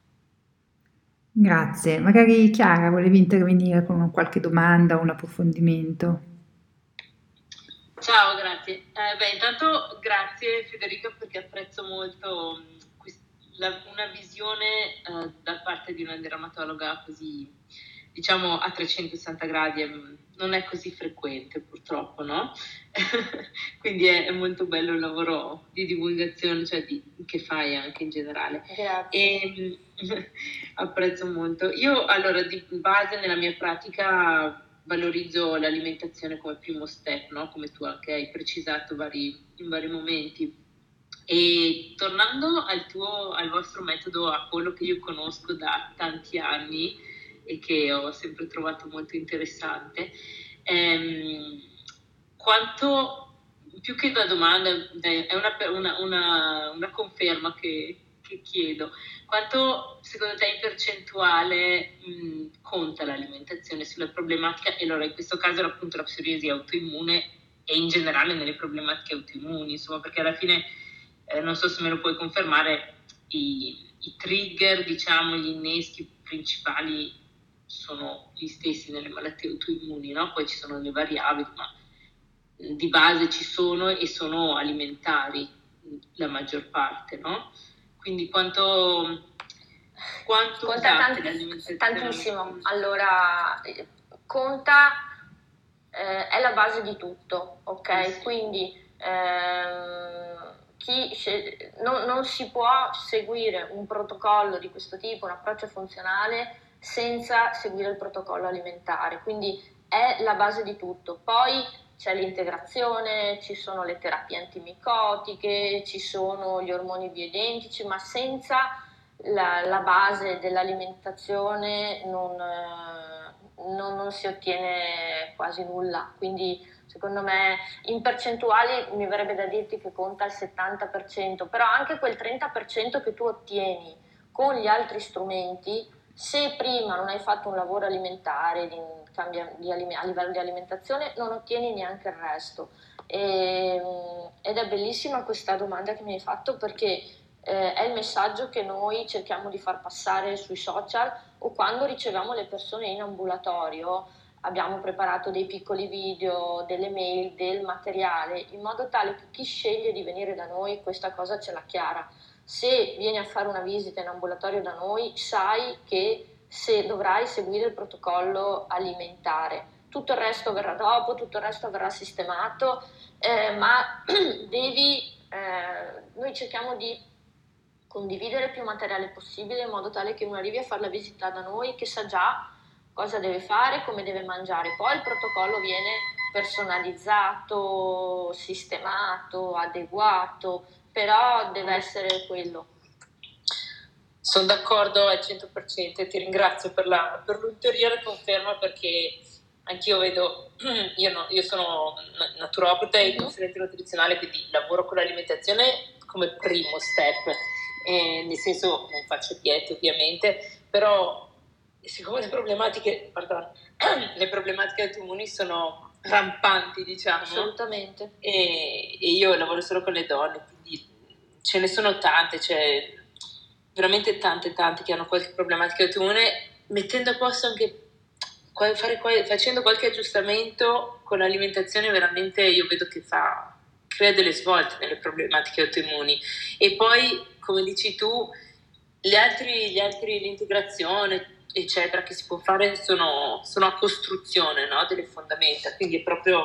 Grazie. Magari Chiara, volevi intervenire con qualche domanda o un approfondimento? Ciao, grazie. Intanto grazie Federica, perché apprezzo molto una visione da parte di una dermatologa così, diciamo, a 360 gradi. Non è così frequente purtroppo, no? Quindi è molto bello il lavoro di divulgazione, cioè che fai anche in generale. Grazie. E, apprezzo molto. Io allora di base nella mia pratica valorizzo l'alimentazione come primo step, no? Come tu anche hai precisato in vari momenti. E tornando al vostro metodo, a quello che io conosco da tanti anni e che ho sempre trovato molto interessante, quanto, più che una domanda, è una conferma che chiedo, quanto secondo te in percentuale conta l'alimentazione sulla problematica? E allora in questo caso era appunto la psoriasi autoimmune e in generale nelle problematiche autoimmuni, insomma, perché alla fine, non so se me lo puoi confermare, i trigger, diciamo, gli inneschi principali sono gli stessi nelle malattie autoimmuni, no? Poi ci sono le variabili, ma di base ci sono e sono alimentari la maggior parte, no? Quindi quanto conta tantissimo. Allora, conta, è la base di tutto, ok? Sì. Quindi non si può seguire un protocollo di questo tipo, un approccio funzionale, senza seguire il protocollo alimentare, quindi è la base di tutto. Poi c'è l'integrazione, ci sono le terapie antimicotiche, ci sono gli ormoni bioidentici, ma senza la base dell'alimentazione non si ottiene quasi nulla. Quindi secondo me in percentuali mi verrebbe da dirti che conta il 70%, però anche quel 30% che tu ottieni con gli altri strumenti, se prima non hai fatto un lavoro alimentare a livello di alimentazione, non ottieni neanche il resto. Ed è bellissima questa domanda che mi hai fatto, perché è il messaggio che noi cerchiamo di far passare sui social, o quando riceviamo le persone in ambulatorio. Abbiamo preparato dei piccoli video, delle mail, del materiale, in modo tale che chi sceglie di venire da noi questa cosa ce l'ha chiara. Se vieni a fare una visita in ambulatorio da noi, sai che se dovrai seguire il protocollo alimentare. Tutto il resto verrà dopo, tutto il resto verrà sistemato, ma noi cerchiamo di condividere più materiale possibile, in modo tale che uno arrivi a fare la visita da noi che sa già cosa deve fare, come deve mangiare. Poi il protocollo viene personalizzato, sistemato, adeguato, però deve essere quello. Sono d'accordo al 100% e ti ringrazio per l'ulteriore conferma, perché anch'io vedo, io sono naturopata e consulente nutrizionale, quindi lavoro con l'alimentazione come primo step, nel senso non faccio diete ovviamente, però siccome le problematiche autoimmuni sono rampanti, diciamo. Assolutamente. E io lavoro solo con le donne, quindi ce ne sono tante, cioè veramente tante che hanno qualche problematica autoimmune, mettendo a posto anche facendo qualche aggiustamento con l'alimentazione, veramente io vedo che crea delle svolte nelle problematiche autoimmuni. E poi, come dici tu, l'integrazione eccetera che si può fare sono a costruzione, no? Delle fondamenta, quindi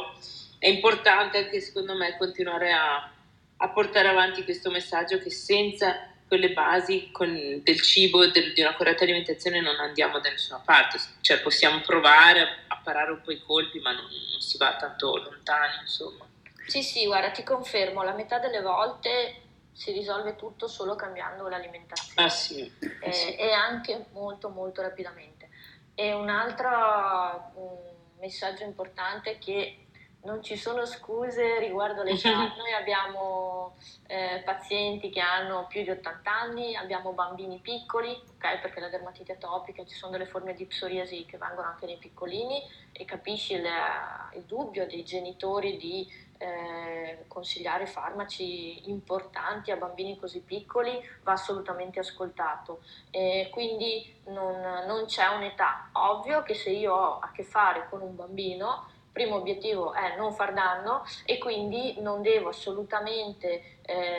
è importante anche secondo me continuare a portare avanti questo messaggio che senza quelle basi del cibo, di una corretta alimentazione non andiamo da nessuna parte, cioè possiamo provare a parare un po' i colpi, ma non si va tanto lontano, insomma. Sì, guarda, ti confermo, la metà delle volte si risolve tutto solo cambiando l'alimentazione. Sì. E anche molto molto rapidamente. E un altro messaggio importante è che non ci sono scuse riguardo l'età. Noi abbiamo pazienti che hanno più di 80 anni, abbiamo bambini piccoli, okay? Perché la dermatite atopica, ci sono delle forme di psoriasi che vengono anche nei piccolini, e capisci il dubbio dei genitori di consigliare farmaci importanti a bambini così piccoli, va assolutamente ascoltato. Quindi non c'è un'età. Ovvio che se io ho a che fare con un bambino, il primo obiettivo è non far danno, e quindi non devo assolutamente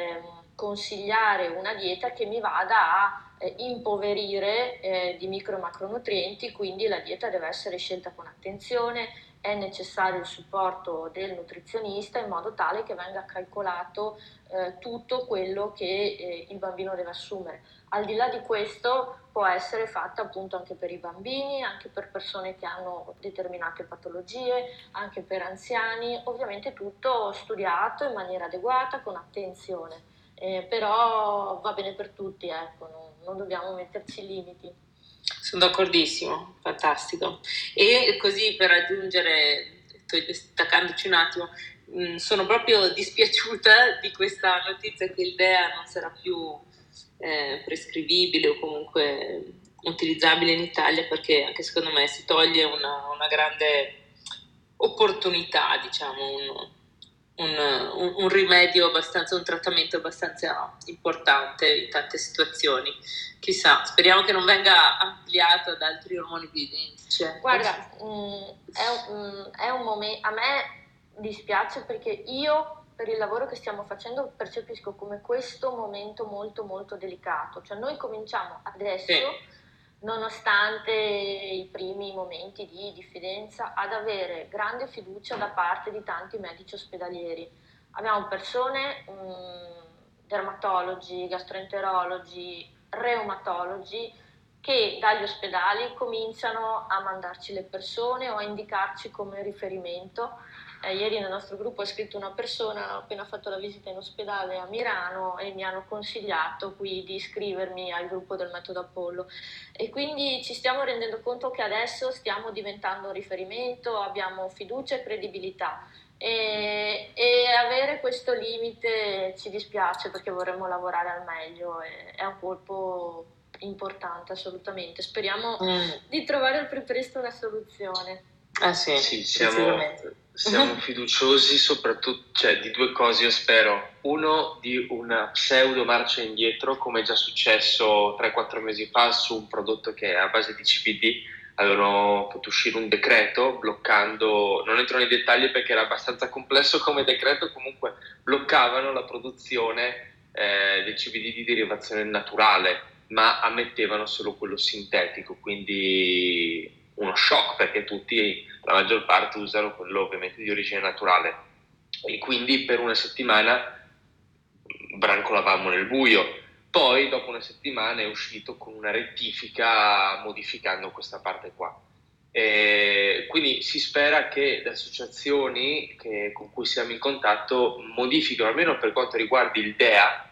consigliare una dieta che mi vada a impoverire di micro e macronutrienti. Quindi la dieta deve essere scelta con attenzione, è necessario il supporto del nutrizionista, in modo tale che venga calcolato tutto quello che il bambino deve assumere. Al di là di questo può essere fatta appunto anche per i bambini, anche per persone che hanno determinate patologie, anche per anziani, ovviamente tutto studiato in maniera adeguata, con attenzione, però va bene per tutti, ecco, non dobbiamo metterci limiti. Sono d'accordissimo, fantastico. E così, per aggiungere, staccandoci un attimo, sono proprio dispiaciuta di questa notizia che il DEA non sarà più prescrivibile o comunque utilizzabile in Italia, perché anche secondo me si toglie una grande opportunità, diciamo, un rimedio abbastanza, un trattamento abbastanza importante in tante situazioni. Chissà, speriamo che non venga ampliato ad altri ormoni bioidentici. Guarda, è un momento, a me dispiace perché io per il lavoro che stiamo facendo percepisco come questo momento molto molto delicato, cioè noi cominciamo adesso, nonostante i primi momenti di diffidenza, ad avere grande fiducia da parte di tanti medici ospedalieri. Abbiamo persone, dermatologi, gastroenterologi, reumatologi, che dagli ospedali cominciano a mandarci le persone o a indicarci come riferimento. Ieri nel nostro gruppo ha scritto una persona, ha appena fatto la visita in ospedale a Milano e mi hanno consigliato qui di iscrivermi al gruppo del metodo Apollo, e quindi ci stiamo rendendo conto che adesso stiamo diventando un riferimento, abbiamo fiducia e credibilità, e avere questo limite ci dispiace perché vorremmo lavorare al meglio, è un colpo importante assolutamente. Speriamo di trovare al più presto una soluzione. Sì, siamo fiduciosi soprattutto, cioè, di due cose, io spero. Uno, di una pseudo marcia indietro, come è già successo 3-4 mesi fa su un prodotto che è a base di CBD. Avevano fatto uscire un decreto bloccando, non entro nei dettagli perché era abbastanza complesso come decreto, comunque bloccavano la produzione del CBD di derivazione naturale, ma ammettevano solo quello sintetico, quindi uno shock perché tutti, la maggior parte, usano quello ovviamente di origine naturale, e quindi per una settimana brancolavamo nel buio. Poi dopo una settimana è uscito con una rettifica modificando questa parte qua. Quindi si spera che le associazioni con cui siamo in contatto modifichino, almeno per quanto riguarda il DEA,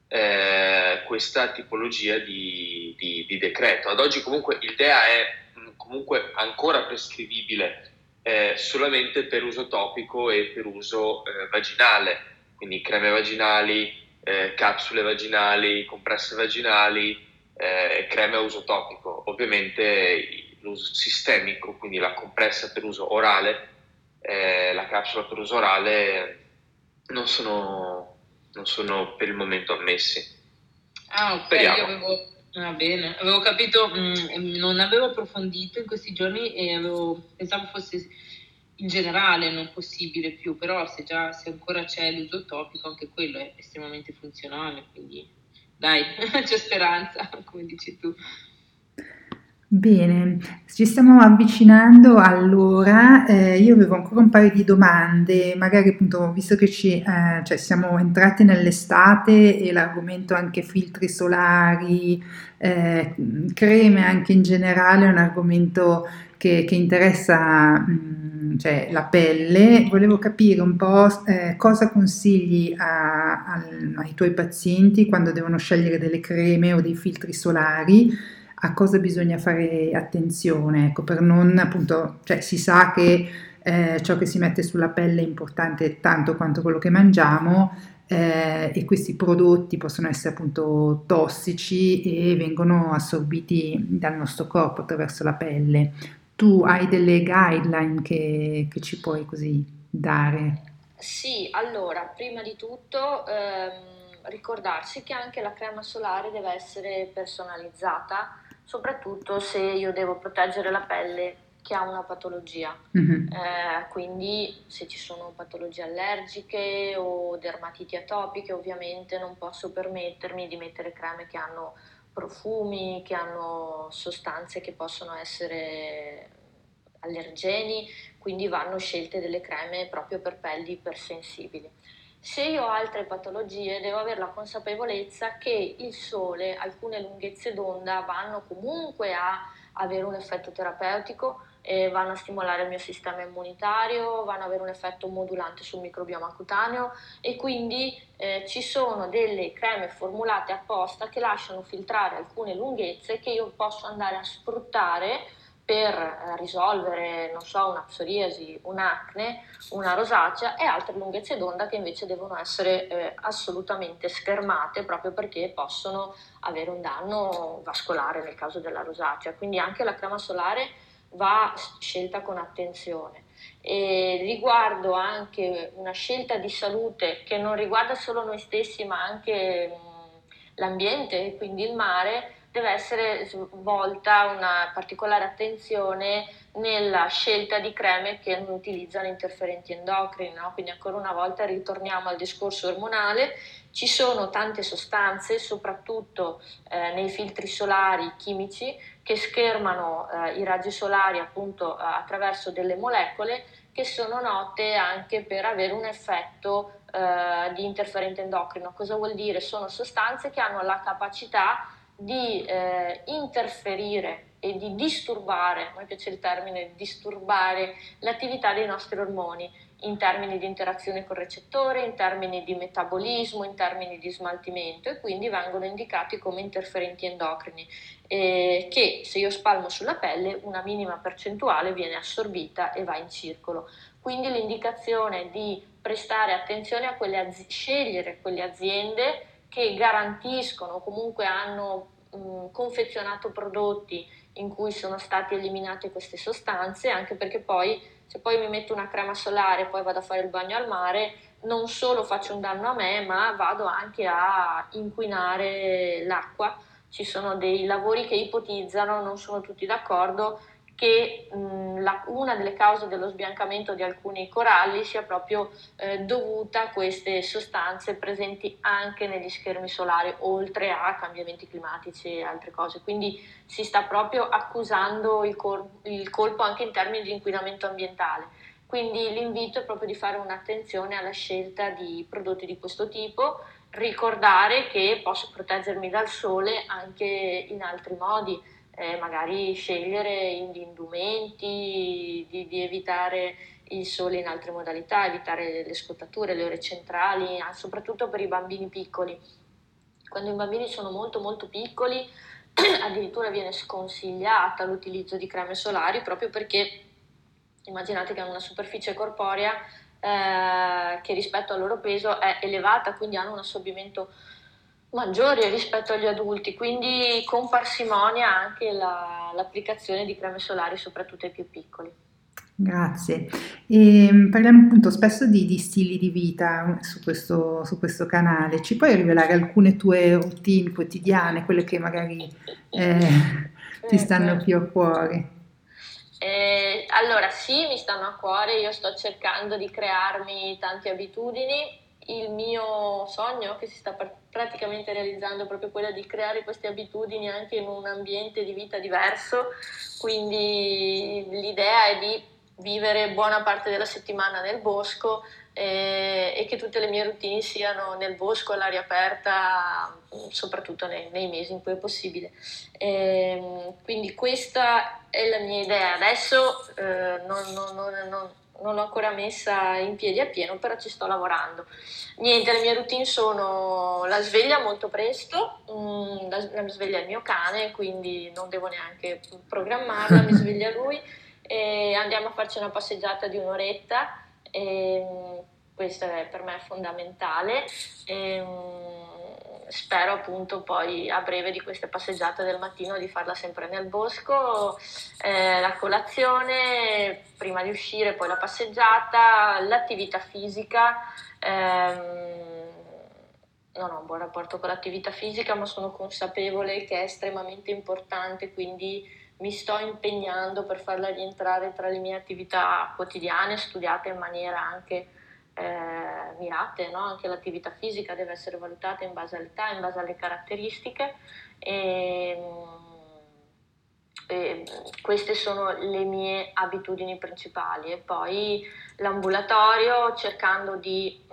questa tipologia di decreto. Ad oggi comunque il DEA è comunque ancora prescrivibile solamente per uso topico e per uso vaginale, quindi creme vaginali, capsule vaginali, compresse vaginali, creme a uso topico. Ovviamente l'uso sistemico, quindi la compressa per uso orale, la capsula per uso orale, non sono per il momento ammessi. Ok, speriamo. Avevo capito, non avevo approfondito in questi giorni e pensavo fosse in generale non possibile più, però se ancora c'è l'uso topico, anche quello è estremamente funzionale, quindi dai, c'è speranza, come dici tu. Bene, ci stiamo avvicinando all'ora, io avevo ancora un paio di domande, magari appunto visto che cioè siamo entrati nell'estate e l'argomento anche filtri solari, creme anche in generale è un argomento che interessa cioè, la pelle, volevo capire un po' cosa consigli ai tuoi pazienti quando devono scegliere delle creme o dei filtri solari, a cosa bisogna fare attenzione, ecco, per non appunto, cioè si sa che ciò che si mette sulla pelle è importante tanto quanto quello che mangiamo, e questi prodotti possono essere appunto tossici e vengono assorbiti dal nostro corpo attraverso la pelle. Tu hai delle guideline che ci puoi così dare? Sì, allora, prima di tutto ricordarsi che anche la crema solare deve essere personalizzata, soprattutto se io devo proteggere la pelle che ha una patologia. Mhm. Quindi se ci sono patologie allergiche o dermatiti atopiche, ovviamente non posso permettermi di mettere creme che hanno profumi, che hanno sostanze che possono essere allergeni, quindi vanno scelte delle creme proprio per pelli ipersensibili. Se io ho altre patologie devo avere la consapevolezza che il sole, alcune lunghezze d'onda vanno comunque a avere un effetto terapeutico, vanno a stimolare il mio sistema immunitario, vanno ad avere un effetto modulante sul microbioma cutaneo, e quindi ci sono delle creme formulate apposta che lasciano filtrare alcune lunghezze che io posso andare a sfruttare per risolvere, non so, una psoriasi, un'acne, una rosacea, e altre lunghezze d'onda che invece devono essere assolutamente schermate proprio perché possono avere un danno vascolare nel caso della rosacea. Quindi anche la crema solare va scelta con attenzione. E riguardo anche una scelta di salute che non riguarda solo noi stessi ma anche l'ambiente, quindi il mare, deve essere svolta una particolare attenzione nella scelta di creme che non utilizzano interferenti endocrini, no? Quindi ancora una volta ritorniamo al discorso ormonale. Ci sono tante sostanze, soprattutto nei filtri solari chimici, che schermano i raggi solari appunto attraverso delle molecole che sono note anche per avere un effetto di interferente endocrino. Cosa vuol dire? Sono sostanze che hanno la capacità di interferire e di disturbare, a me piace il termine disturbare, l'attività dei nostri ormoni in termini di interazione col recettore, in termini di metabolismo, in termini di smaltimento, e quindi vengono indicati come interferenti endocrini, che se io spalmo sulla pelle una minima percentuale viene assorbita e va in circolo. Quindi l'indicazione di prestare attenzione a scegliere quelle aziende che garantiscono o comunque hanno confezionato prodotti in cui sono state eliminate queste sostanze, anche perché poi se poi mi metto una crema solare e poi vado a fare il bagno al mare, non solo faccio un danno a me, ma vado anche a inquinare l'acqua. Ci sono dei lavori che ipotizzano, non sono tutti d'accordo, che una delle cause dello sbiancamento di alcuni coralli sia proprio dovuta a queste sostanze presenti anche negli schermi solari, oltre a cambiamenti climatici e altre cose. Quindi si sta proprio accusando il colpo anche in termini di inquinamento ambientale. Quindi l'invito è proprio di fare un'attenzione alla scelta di prodotti di questo tipo, ricordare che posso proteggermi dal sole anche in altri modi, magari scegliere gli indumenti, di evitare il sole in altre modalità, evitare le scottature, le ore centrali, soprattutto per i bambini piccoli. Quando i bambini sono molto molto piccoli addirittura viene sconsigliata l'utilizzo di creme solari, proprio perché immaginate che hanno una superficie corporea che rispetto al loro peso è elevata, quindi hanno un assorbimento maggiore rispetto agli adulti, quindi con parsimonia anche l'applicazione di creme solari, soprattutto ai più piccoli. Grazie. Parliamo appunto spesso di stili di vita su questo canale. Ci puoi rivelare alcune tue routine quotidiane, quelle che magari ti stanno più a cuore? Allora sì, mi stanno a cuore, io sto cercando di crearmi tante abitudini. Il mio sogno che si sta praticamente realizzando è proprio quello di creare queste abitudini anche in un ambiente di vita diverso, quindi l'idea è di vivere buona parte della settimana nel bosco e che tutte le mie routine siano nel bosco all'aria aperta, soprattutto nei mesi in cui è possibile. Quindi questa è la mia idea. Adesso non l'ho ancora messa in piedi appieno, però ci sto lavorando. Niente, le mie routine sono la sveglia molto presto, la sveglia il mio cane, quindi non devo neanche programmarla, mi sveglia lui e andiamo a farci una passeggiata di un'oretta. Questo è per me fondamentale. Spero appunto poi a breve di queste passeggiate del mattino di farla sempre nel bosco, la colazione, prima di uscire poi la passeggiata, l'attività fisica. Non ho un buon rapporto con l'attività fisica, ma sono consapevole che è estremamente importante, quindi mi sto impegnando per farla rientrare tra le mie attività quotidiane, studiate in maniera anche mirate, no? Anche l'attività fisica deve essere valutata in base all'età, in base alle caratteristiche e queste sono le mie abitudini principali. E poi l'ambulatorio, cercando di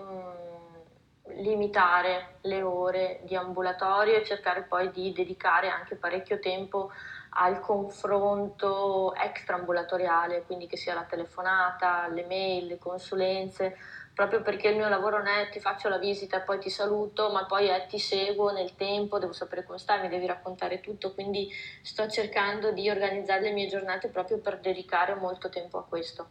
limitare le ore di ambulatorio e cercare poi di dedicare anche parecchio tempo al confronto extraambulatoriale, quindi che sia la telefonata, le mail, le consulenze, proprio perché il mio lavoro non è ti faccio la visita e poi ti saluto, ma poi è ti seguo nel tempo, devo sapere come stai, mi devi raccontare tutto, quindi sto cercando di organizzare le mie giornate proprio per dedicare molto tempo a questo.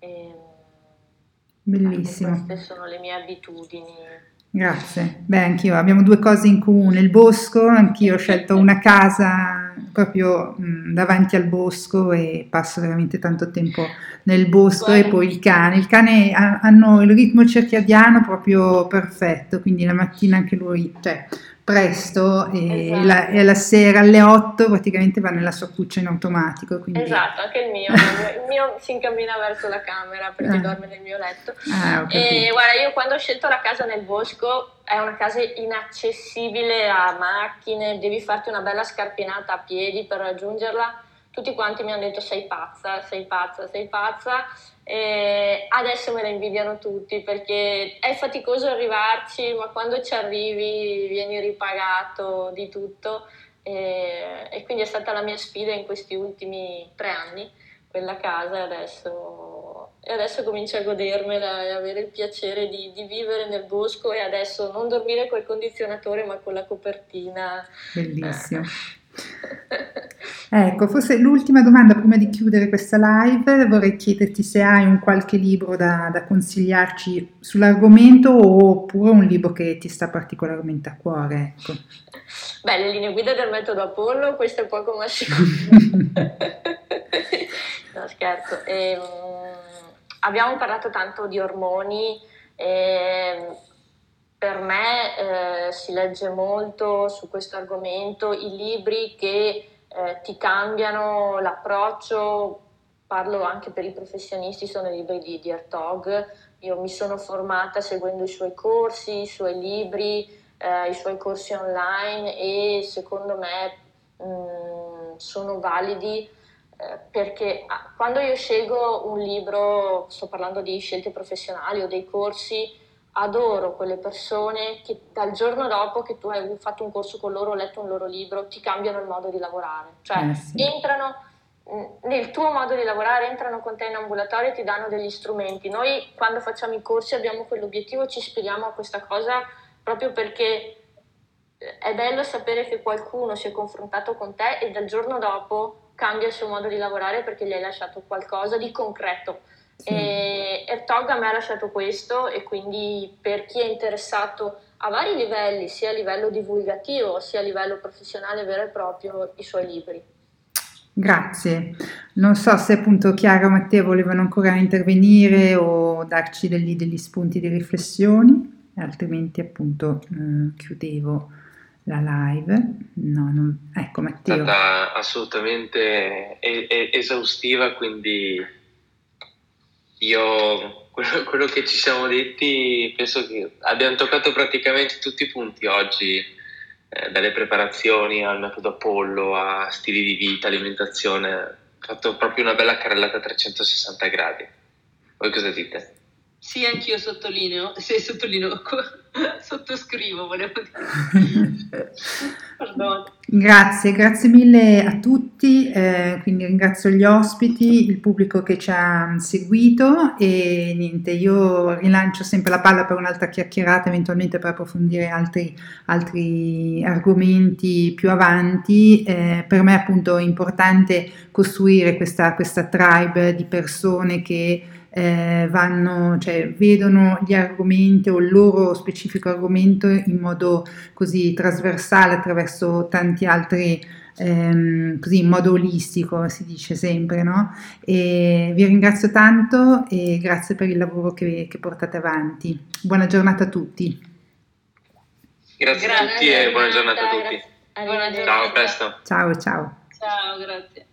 Bellissimo. Ecco, queste sono le mie abitudini. Grazie. Beh, anch'io abbiamo due cose in comune, il bosco, anch'io ho scelto una casa proprio davanti al bosco e passo veramente tanto tempo nel bosco. E poi il cane hanno il ritmo circadiano proprio perfetto, quindi la mattina anche lui, cioè presto, e Esatto. la sera alle 8 praticamente va nella sua cuccia in automatico, quindi... Esatto, anche il mio si incammina verso la camera perché dorme nel mio letto. Ho capito. E guarda, io quando ho scelto la casa nel bosco, è una casa inaccessibile a macchine, devi farti una bella scarpinata a piedi per raggiungerla. Tutti quanti mi hanno detto sei pazza, sei pazza, sei pazza. E adesso me la invidiano tutti perché è faticoso arrivarci, ma quando ci arrivi vieni ripagato di tutto. E quindi è stata la mia sfida in questi ultimi 3 anni, quella casa, e adesso comincio a godermela e avere il piacere di vivere nel bosco, e adesso non dormire col condizionatore ma con la copertina. Bellissimo. Ecco, forse l'ultima domanda prima di chiudere questa live, vorrei chiederti se hai un qualche libro da consigliarci sull'argomento, oppure un libro che ti sta particolarmente a cuore, ecco. Beh, le linee guida del metodo Apollo, questo è poco ma sicuro. No, scherzo. Abbiamo parlato tanto di ormoni. Per me si legge molto su questo argomento, i libri che ti cambiano l'approccio, parlo anche per i professionisti, sono i libri di Hertog. Io mi sono formata seguendo i suoi corsi, i suoi libri, i suoi corsi online, e secondo me sono validi perché quando io scelgo un libro, sto parlando di scelte professionali o dei corsi, adoro quelle persone che dal giorno dopo che tu hai fatto un corso con loro, letto un loro libro, ti cambiano il modo di lavorare, cioè sì. entrano nel tuo modo di lavorare, entrano con te in ambulatorio e ti danno degli strumenti. Noi quando facciamo i corsi abbiamo quell'obiettivo, ci ispiriamo a questa cosa proprio perché è bello sapere che qualcuno si è confrontato con te e dal giorno dopo cambia il suo modo di lavorare perché gli hai lasciato qualcosa di concreto. Sì. E Hertog a me ha lasciato questo, e quindi per chi è interessato a vari livelli, sia a livello divulgativo sia a livello professionale vero e proprio, i suoi libri. Grazie. Non so se appunto Chiara o Matteo volevano ancora intervenire o darci degli spunti di riflessioni, altrimenti appunto chiudevo la live. Ecco, Matteo. È stata assolutamente esaustiva, quindi io quello che ci siamo detti penso che abbiamo toccato praticamente tutti i punti oggi, dalle preparazioni al metodo Apollo a stili di vita, alimentazione. Ho fatto proprio una bella carrellata a 360 gradi. Voi cosa dite? Sì, anch'io sottoscrivo, volevo dire. Perdono. Grazie mille a tutti, quindi ringrazio gli ospiti, il pubblico che ci ha seguito, e niente, io rilancio sempre la palla per un'altra chiacchierata, eventualmente per approfondire altri argomenti più avanti. Per me appunto è importante costruire questa tribe di persone che vedono gli argomenti o il loro specifico argomento in modo così trasversale attraverso tanti altri, così in modo olistico si dice sempre, no? E vi ringrazio tanto e grazie per il lavoro che portate avanti. Buona giornata a tutti. Grazie a tutti e buona giornata a tutti. Buona giornata. Ciao, a presto. Ciao. Ciao, grazie.